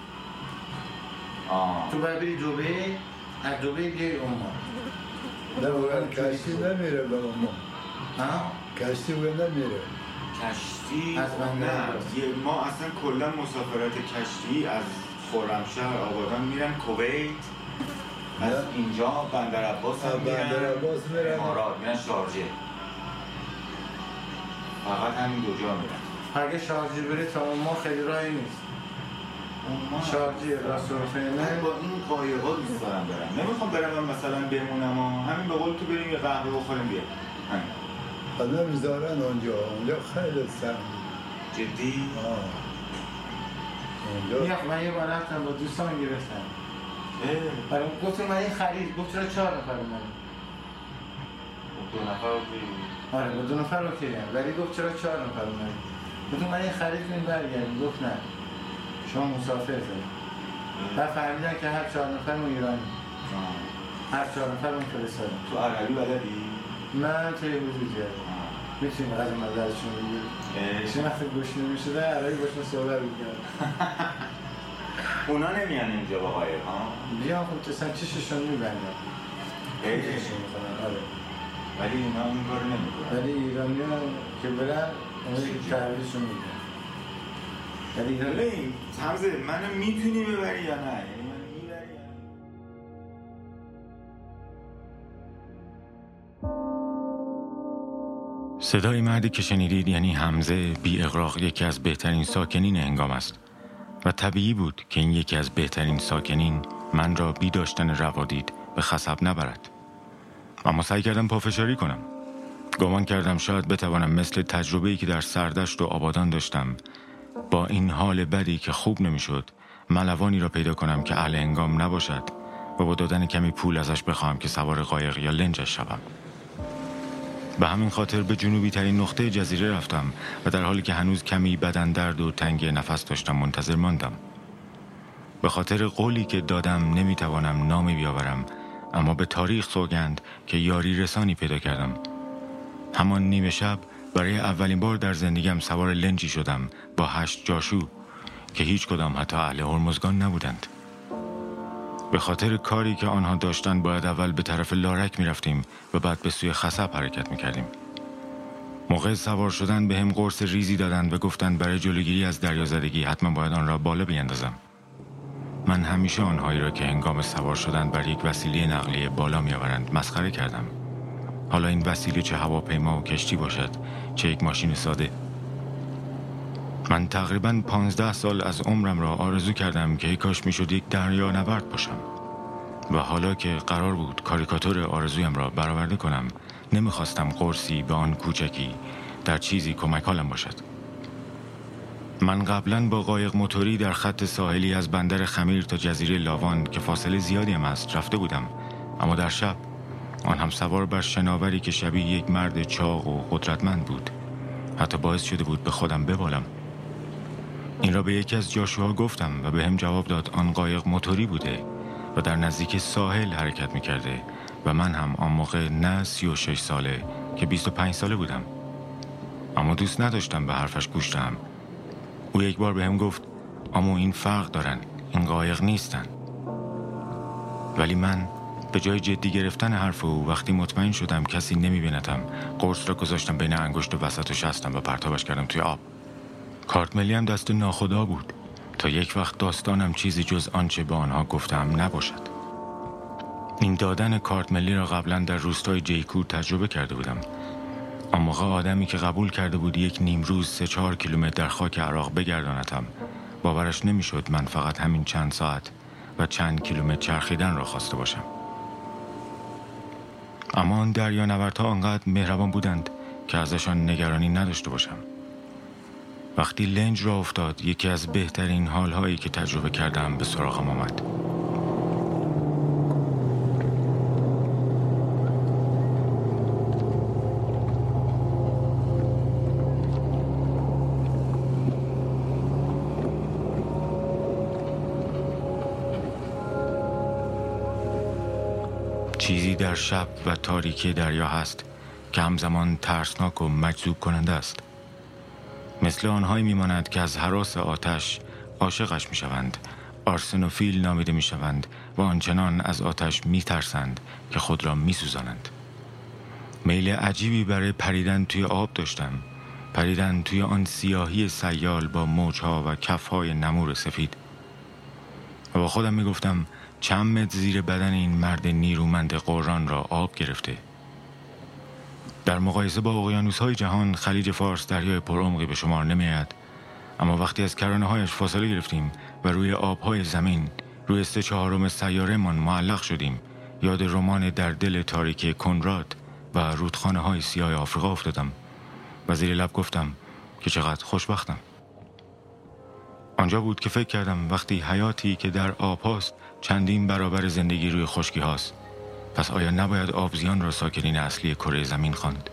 تو باید بری دبی از دبی بیای عمان. نه واقعا کشتی نمیره به عمان. کشتی باید نمیره کشتی از نه ما اصلا کلا مسافرت کشتی از خرمشهر آبادان میرن کویت، از اینجا بندر عباس هم میرن امارات میرن شارجه، فقط همین دو جا میرن. اگه شارجه بره تا ما خیلی راهی نیست. شارجه راست نه با این قایق‌ها دوست دارم برم. نمیخوام برم مثلا بمونم و همین به قول تو بریم یه قهوه بخوریم بیاد. همین. نمیذارن اونجا. اونجا خیلی سخت. جدی؟ آه. اونجا من یه بار رفتم با دوستان گرفتم. برای گفتم من این خرید گفت چرا چهار نفر اومدیم. دو نفر اوکی. آره با دو نفر اوکی هم. ولی گفت چرا چهار نفر اومدیم. گفتم من این خرید کنیم برگردیم. گفت نه. شما مسافر شدید. بعد فهمیدن که هر چهار نفر اون ایرانی. هر چهار نفر اون فرستادن. تو عربی بلدی؟ من توی وجود کردم. میتونیم قضا مدرشون بگیم. چه وقت گوش نمیشده عربی باشون صحبت میکردم. اونا نمیان اینجا با قایق ها؟ بیان خب تسن چششون میبندن. چششون میکنن آره. ولی اونا این کارو نمیکنن. ولی ایرانی ها که برن اونا که تحویلشون میدن. ولی ایرانی ببین حمزه منو میتونی ببری یا نه؟ یعنی منو میبری یا نه؟ صدای مردی که شنیدید یعنی حمزه بی اغراق یکی از بهترین ساکنین هنگام است و طبیعی بود که این یکی از بهترین ساکنین من را بی داشتن روادید به خصب نبرد. اما سعی کردم پافشاری کنم. گمان کردم شاید بتوانم مثل تجربه‌ای که در سردشت و آبادان داشتم با این حال بدی که خوب نمیشد ملوانی را پیدا کنم که اهل هنگام نباشد و با دادن کمی پول ازش بخواهم که سوار قایق یا لنجش شوم. به همین خاطر به جنوبی ترین نقطه جزیره رفتم و در حالی که هنوز کمی بدن درد و تنگی نفس داشتم منتظر ماندم. به خاطر قولی که دادم نمیتوانم نامی بیاورم، اما به تاریخ سوگند که یاری رسانی پیدا کردم. همان نیمه شب برای اولین بار در زندگیم سوار لنجی شدم با هشت جاشو که هیچ کدام حتی اهل هرمزگان نبودند. به خاطر کاری که آنها داشتند باید اول به طرف لارک می رفتیم و بعد به سوی خسب حرکت می کردیم. موقع سوار شدن به هم قرص ریزی دادند و گفتند برای جلوگیری از دریازدگی حتما باید آن را بالا بیندازم. من همیشه آنهایی را که هنگام سوار شدن بر یک وسیله نقلیه بالا می آورند مسخره کردم. حالا این وسیله چه هواپیما و کشتی باشد چه یک ماشین ساده. من تقریباً پانزده سال از عمرم را آرزو کردم که کاش می شد یک دریا نورد باشم و حالا که قرار بود کاریکاتور آرزویم را برآورده کنم نمیخواستم قرصی به آن کوچکی در چیزی کمک حالم باشد. من قبلاً با قایق موتوری در خط ساحلی از بندر خمیر تا جزیره لاوان که فاصله زیادی هم است رفته بودم، اما در شب آن هم سوار بر شناوری که شبیه یک مرد چاق و قدرتمند بود. حتی باعث شده بود به خودم ببالم. این را به یکی از جاشوها گفتم و به هم جواب داد آن قایق موتوری بوده و در نزدیک ساحل حرکت می‌کرده و من هم آن موقع نه سی و شش ساله که بیست و پنج ساله بودم. اما دوست نداشتم به حرفش گوش دهم. او یک بار به هم گفت اما این فرق دارن، این قایق نیستن. ولی من به جای جدی گرفتن حرف او وقتی مطمئن شدم کسی نمی‌بیندم قرص را گذاشتم بین انگشت و وسط و شستم و پرتابش کردم توی آب. کارت ملی هم دست ناخدا بود تا یک وقت داستانم چیزی جز آنچه به آنها گفتم نباشد. این دادن کارت ملی را قبلا در روستای جیکور تجربه کرده بودم. آن موقع آدمی که قبول کرده بود یک نیم روز سه چهار کیلومتر در خاک عراق بگردانتم باورش نمیشد من فقط همین چند ساعت و چند کیلومتر چرخیدن را خواسته باشم. اما آن دریانوردها آنقدر مهربان بودند که ازشان نگرانی نداشته باشم. وقتی لنج را افتاد یکی از بهترین حالهایی که تجربه کردم به سراغم آمد. چیزی در شب و تاریکی دریا هست که همزمان ترسناک و مجذوب کننده است. مثل آنهایی میماند که از هراس آتش عاشقش میشوند، آرسنوفیل نامیده میشوند و آنچنان از آتش میترسند که خود را میسوزانند. میل عجیبی برای پریدن توی آب داشتم، پریدن توی آن سیاهی سیال با موجها و کفهای نمور سفید. و با خودم میگفتم چند متر زیر بدن این مرد نیرومند قرآن را آب گرفته. در مقایسه با اقیانوس‌های جهان خلیج فارس دریای پرعمقی به شمار نمی‌آید، اما وقتی از کرانه‌هایش فاصله گرفتیم و روی آب‌های زمین روی سه چهارم سیاره‌مان معلق شدیم یاد رمان در دل تاریکی کنراد و رودخانه‌های سیاه آفریقا افتادم و زیر لب گفتم که چقدر خوشبختم. آنجا بود که فکر کردم وقتی حیاتی که در آب هاست چندین برابر زندگی روی خشکی هاست، پس آیا نباید آبزیان را ساکنین اصلی کره زمین خواند؟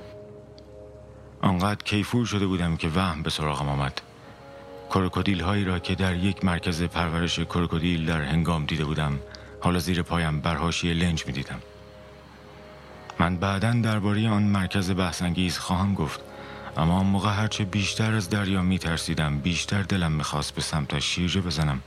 آنقدر کیفور شده بودم که وهم به سراغم آمد. کروکودیل هایی را که در یک مرکز پرورش کروکودیل در هنگام دیده بودم حالا زیر پایم بر حاشیه لنج می دیدم. من بعداً درباره آن مرکز بحث انگیز خواهم گفت، اما آن موقع هرچه بیشتر از دریا می ترسیدم بیشتر دلم می خواست به سمتش شیرجه بزنم.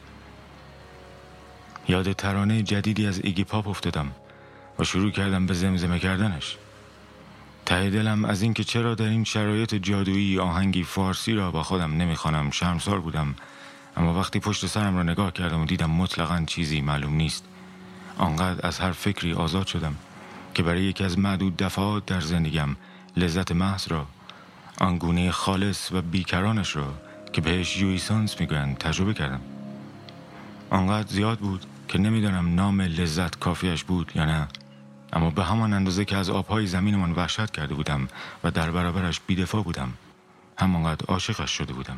یاد ترانه جدیدی از ایگی پاپ افتادم و شروع کردم به زمزمه کردنش. ته دلم از این که چرا در این شرایط جادویی آهنگی فارسی را با خودم نمیخوانم شرمسار بودم، اما وقتی پشت سرم را نگاه کردم و دیدم مطلقاً چیزی معلوم نیست، آنقدر از هر فکری آزاد شدم که برای یکی از معدود دفعات در زندگیم لذت محض را، آنگونه خالص و بیکرانش را که بهش یویسانس میگویند تجربه کردم. آنقدر زیاد بود که نمیدانم نام لذت کافیش بود یا نه، اما به همان اندازه که از آبهای زمینمان وحشت کرده بودم و در برابرش بی‌دفاع بودم، همانقدر عاشقش شده بودم.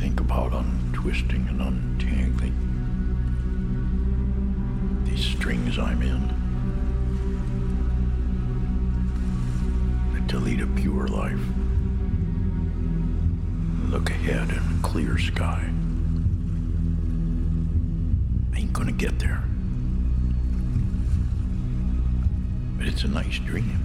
think about untwisting and untangling these strings I'm in, and to lead a pure life, look ahead in a clear sky. I ain't gonna get there, but it's a nice dream.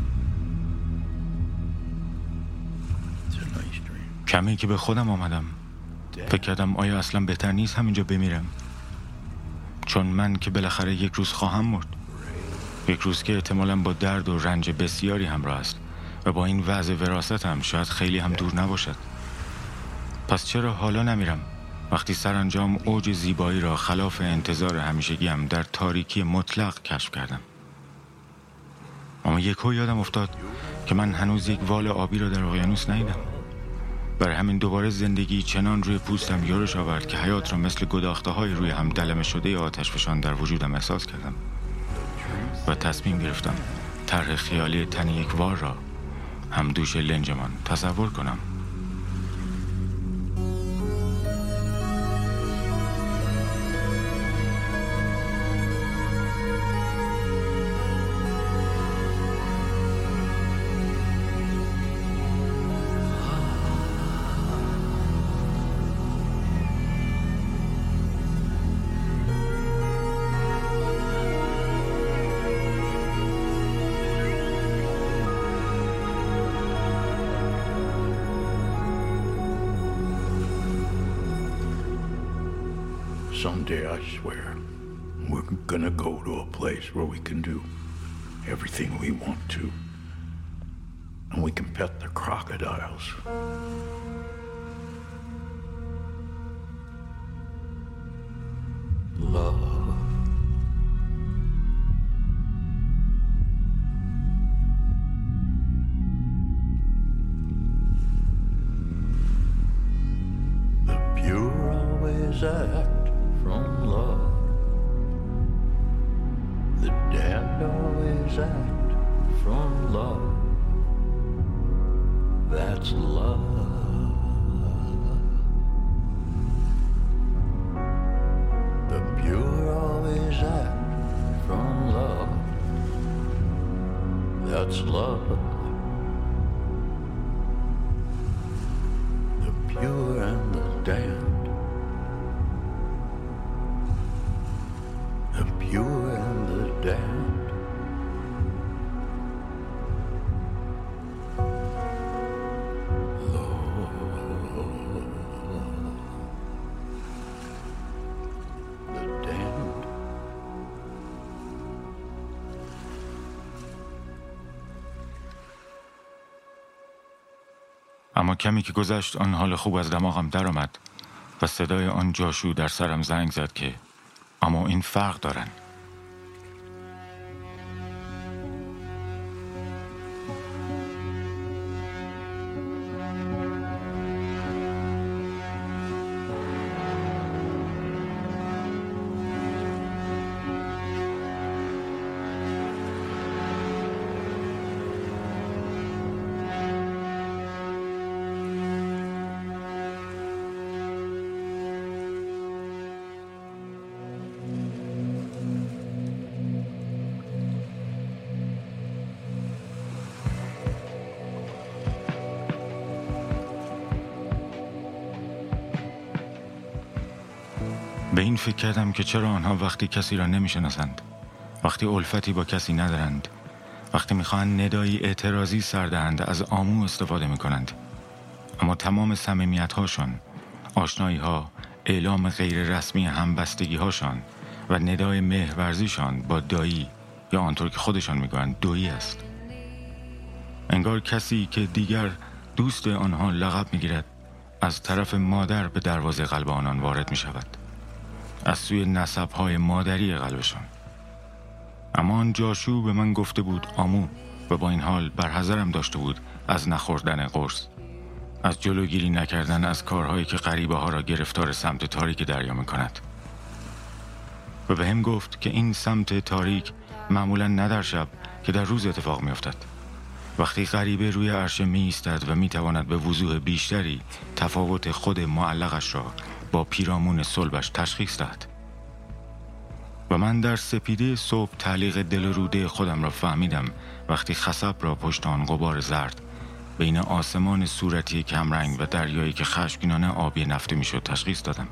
It's a nice dream. کمی که به خودم آمدم فکر کردم آیا اصلا بهتر نیست همینجا بمیرم، چون من که بالاخره یک روز خواهم مرد، یک روز که احتمالاً با درد و رنج بسیاری همراه است و با این وضع وراثت هم شاید خیلی هم دور نباشد. پس چرا حالا نمیرم وقتی سرانجام اوج زیبایی را خلاف انتظار همیشگیم در تاریکی مطلق کشف کردم؟ اما یکو یادم افتاد که من هنوز یک وال آبی را در اقیانوس ندیدم. برای همین دوباره زندگی چنان روی پوستم یورش آورد که حیات را مثل گداخته های روی هم دلمه شده آتش فشان در وجودم احساس کردم و تصمیم گرفتم طرح خیالی تن یک وار را هم دوش لنجمان تصور کنم. Someday, I swear, we're gonna go to a place where we can do everything we want to. And we can pet the crocodiles. Love. The pure always act from love. The damned always act from love. That's love. The pure always act from love. That's love. The pure and the damned. The pure and the damned. Lord, the damned. اما کمی که گذشت آن حال خوب از دماغم در آمد و صدای آن جاشو در سرم زنگ زد که اما این فرق دارن. به این فکر کردم که چرا آنها وقتی کسی را نمیشناسند، وقتی الفتی با کسی ندارند، وقتی میخواهند ندایی اعتراضی سر دهند از آمو استفاده میکنند، اما تمام صمیمیت هاشان، آشنایی ها، اعلام غیر رسمی همبستگی هاشان و ندای مهرورزیشان با دایی یا آنطور که خودشان میگویند دویی است. انگار کسی که دیگر دوست آنها لقب میگیرد از طرف مادر به دروازه قلب آنان وارد میشود، از سوی نسب‌های مادری قلبشان. اما آن جاشو به من گفته بود آمو و با این حال برحذرم داشته بود از نخوردن قرص، از جلوگیری نکردن از کارهایی که غریبه ها را گرفتار سمت تاریک دریا می‌کند. و به هم گفت که این سمت تاریک معمولاً نه در شب که در روز اتفاق می‌افتد وقتی غریبه روی عرشه می ایستد و می تواند به وضوح بیشتری تفاوت خود معلقش را با پیرامون صلبش تشخیص دهد. و من در سپیده صبح تعلیق دل روده خودم را فهمیدم وقتی خسب را پشت آن غبار زرد بین آسمان صورتی کمرنگ و دریایی که خشمگینانه آبی نفته می شد تشخیص دادم.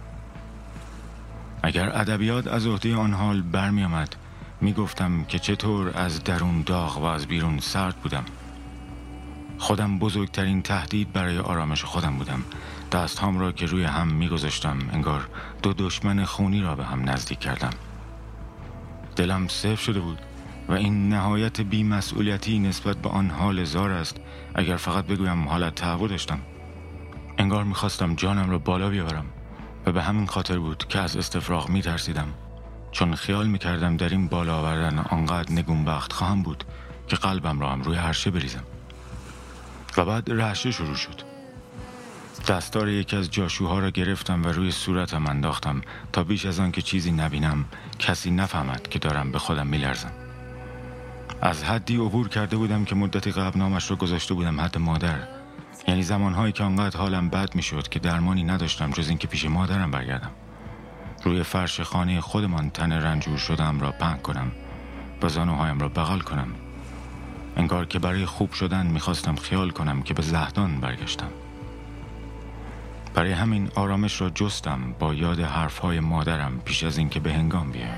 اگر ادبیات از عهده آن حال برمی آمد می گفتم که چطور از درون داغ و از بیرون سرد بودم. خودم بزرگترین تهدید برای آرامش خودم بودم. دستهام را که روی هم می گذاشتم انگار دو دشمن خونی را به هم نزدیک کردم. دلم صفر شده بود و این نهایت بی‌مسئولیتی نسبت به آن حال زار است اگر فقط بگویم حالت تهوع داشتم. انگار می خواستم جانم را بالا بیاورم و به همین خاطر بود که از استفراغ می ترسیدم، چون خیال می کردم در این بالا آوردن آنقدر نگونبخت خواهم بود که قلبم را هم روی عرشه بریزم. و بعد رعشه شروع شد. دستار یکی از جاشوها را گرفتم و روی صورتم انداختم تا بیش از آن که چیزی نبینم کسی نفهمد که دارم به خودم می لرزم. از حدی عبور کرده بودم که مدتی قبل نامش را گذاشته بودم حد مادر، یعنی زمانهایی که آنقدر حالم بد می شد که درمانی نداشتم جز این که پیش مادرم برگردم، روی فرش خانه خودمان تن رنجور شدم را پهن کنم و زانوهایم را بغل کنم، انگار که برای خوب شدن می خواستم خیال کنم که به زهدان برگشتم. برای همین آرامش را جستم با یاد حرفهای مادرم پیش از اینکه به هنگام بیایم.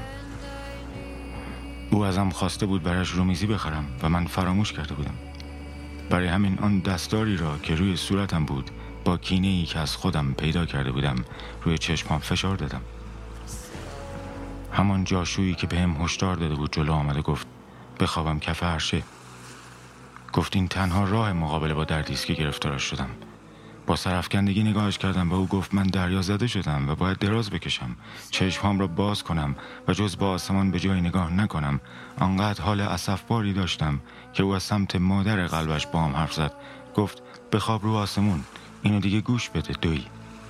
او ازم خواسته بود برایش رومیزی بخرم و من فراموش کرده بودم. برای همین آن دستاری را که روی صورتم بود با کینه‌ای که از خودم پیدا کرده بودم روی چشمام فشار دادم. همان جاشویی که بهم هشدار داده بود جلو آمد و گفت بخوابم کف عرشه. گفت این تنها راه مقابله با دردی است که گرفتارش شدم. با سرافکندگی نگاهش کردم و او گفت من دریا زده شدم و باید دراز بکشم، چشمام را باز کنم و جز با آسمان به جای نگاه نکنم. آنقدر حال اسفباری داشتم که او از سمت مادر قلبش با هم حرف زد. گفت بخواب رو آسمون، اینو دیگه گوش بده دوی.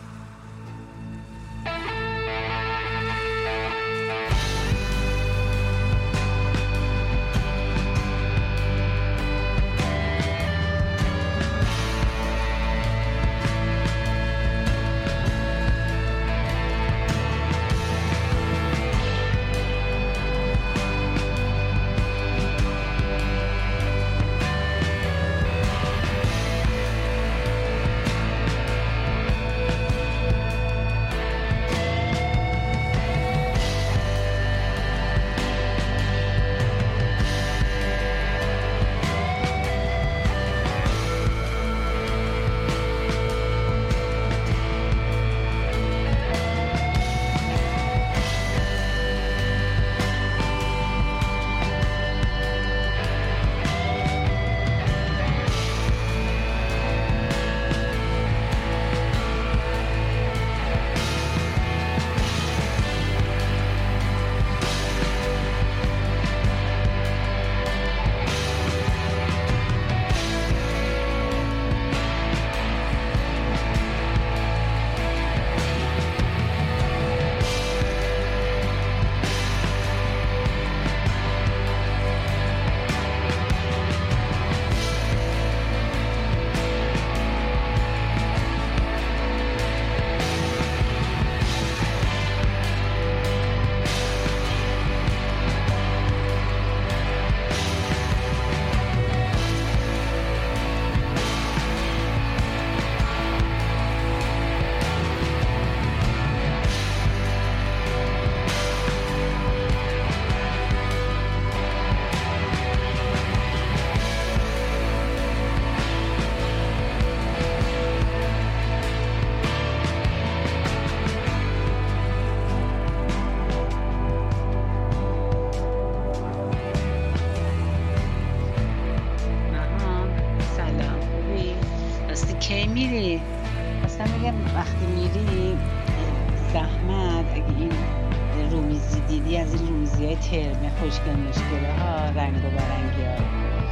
ترم خوشگل مشکله ها رنگ و برنگی ها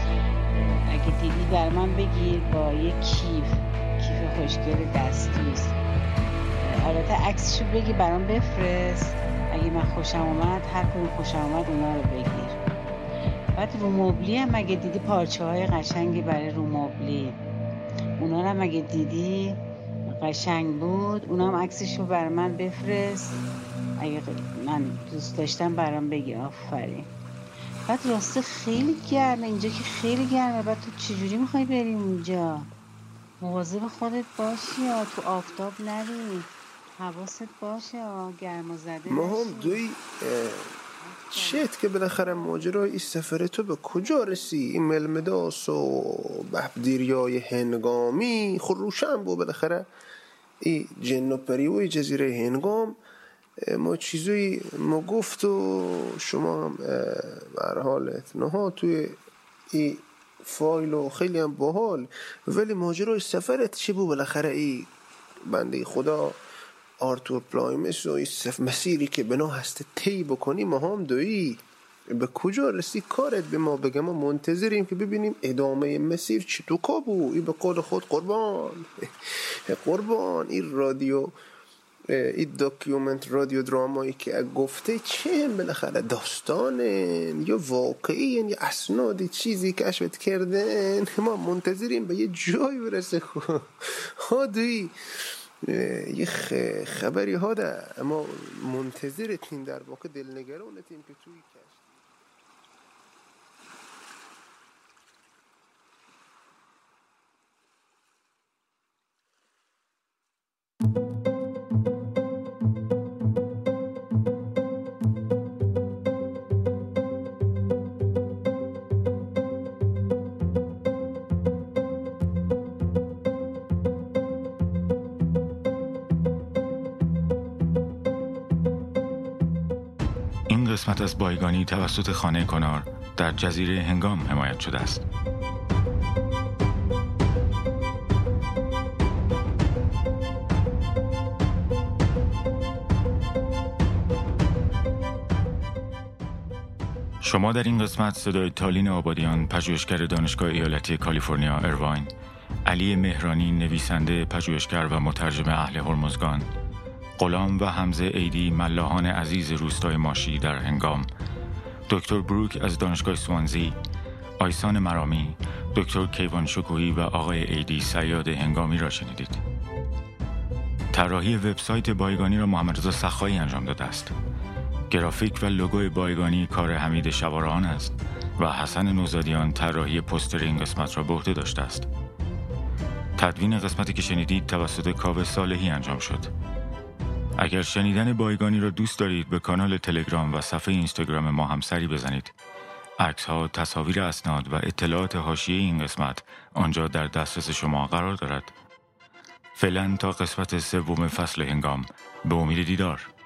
اگه دیدی بر من بگیر با یک کیف کیف خوشگل دستیست. البته عکسشو بگی برام بفرست، اگه من خوشم اومد هر کدوم خوشم اومد اونا رو بگیر. بعد رو مبلی هم اگه دیدی پارچه های قشنگی برای رو مبلی، اونا رو هم اگه دیدی قشنگ بود، اونا هم عکسشو برای من بفرست اگه من دوست داشتم برام بگی. آفرین. بعد راسته خیلی گرمه اینجا، که خیلی گرمه. بعد تو چجوری میخوای بریم اونجا؟ مواظب خودت باشی یا تو آفتاب نری، حواست باشه گرما زده ما هم دوی چیت که بالاخره ماجرای این سفر تو به کجا رسی؟ این ملمداس و بحبدیریای هنگامی خود روشن بود بالاخره این جن و پری و جزیره هنگام ما چیزوی ما گفت و شما هم بر حالت نه توی این فایل و خیلی هم باحال. ولی ماجرای سفرت چی بود بالاخره؟ این بنده خدا آرتور پلایمس و این مسیری که بنا هسته طی بکنی ما هم دویی به کجا رسی؟ کارت به ما بگم، ما منتظریم که ببینیم ادامه مسیر چی تو کابو. این به قول خود قربان قربان این رادیو این داکیومنت رادیو درامایی که گفته چه بالاخره داستانن یا واقعی یا اسنادی چیزی کشف کردن. ما منتظریم به یه جای برسه. ها دوی یه خبری ها ده، اما منتظرتیم، در واقع دلنگرانتیم که توی کشت قسمت از بایگانی توسط خانه کنار در جزیره هنگام حمایت شده است. شما در این قسمت صدای تالین آبادیان، پژوهشگر دانشگاه ایالتی کالیفرنیا ارواین، علی مهرانی نویسنده، پژوهشگر و مترجم اهل هرمزگان، غلام و حمزه عیدی ملاحان عزیز روستای ماشی در هنگام، دکتر بروک از دانشگاه سوانزی، آیسان مرامی، دکتر کیوان شکوهی و آقای عیدی صیاد هنگامی را شنیدید. طراحی وبسایت بایگانی را محمد رضا سخایی انجام داده است. گرافیک و لوگوی بایگانی کار حمید شواران است و حسن نوزادیان طراحی پوستر این قسمت را به عهده داشته است. تدوین قسمتی که شنیدید توسط کاوه صالحی انجام شد. اگر شنیدن بایگانی را دوست دارید به کانال تلگرام و صفحه اینستاگرام ما هم سری بزنید. عکس‌ها، تصاویر اسناد و اطلاعات حاشیه این قسمت آنجا در دسترس شما قرار دارد. فعلا تا قسمت سوم فصل هنگام، به امید دیدار.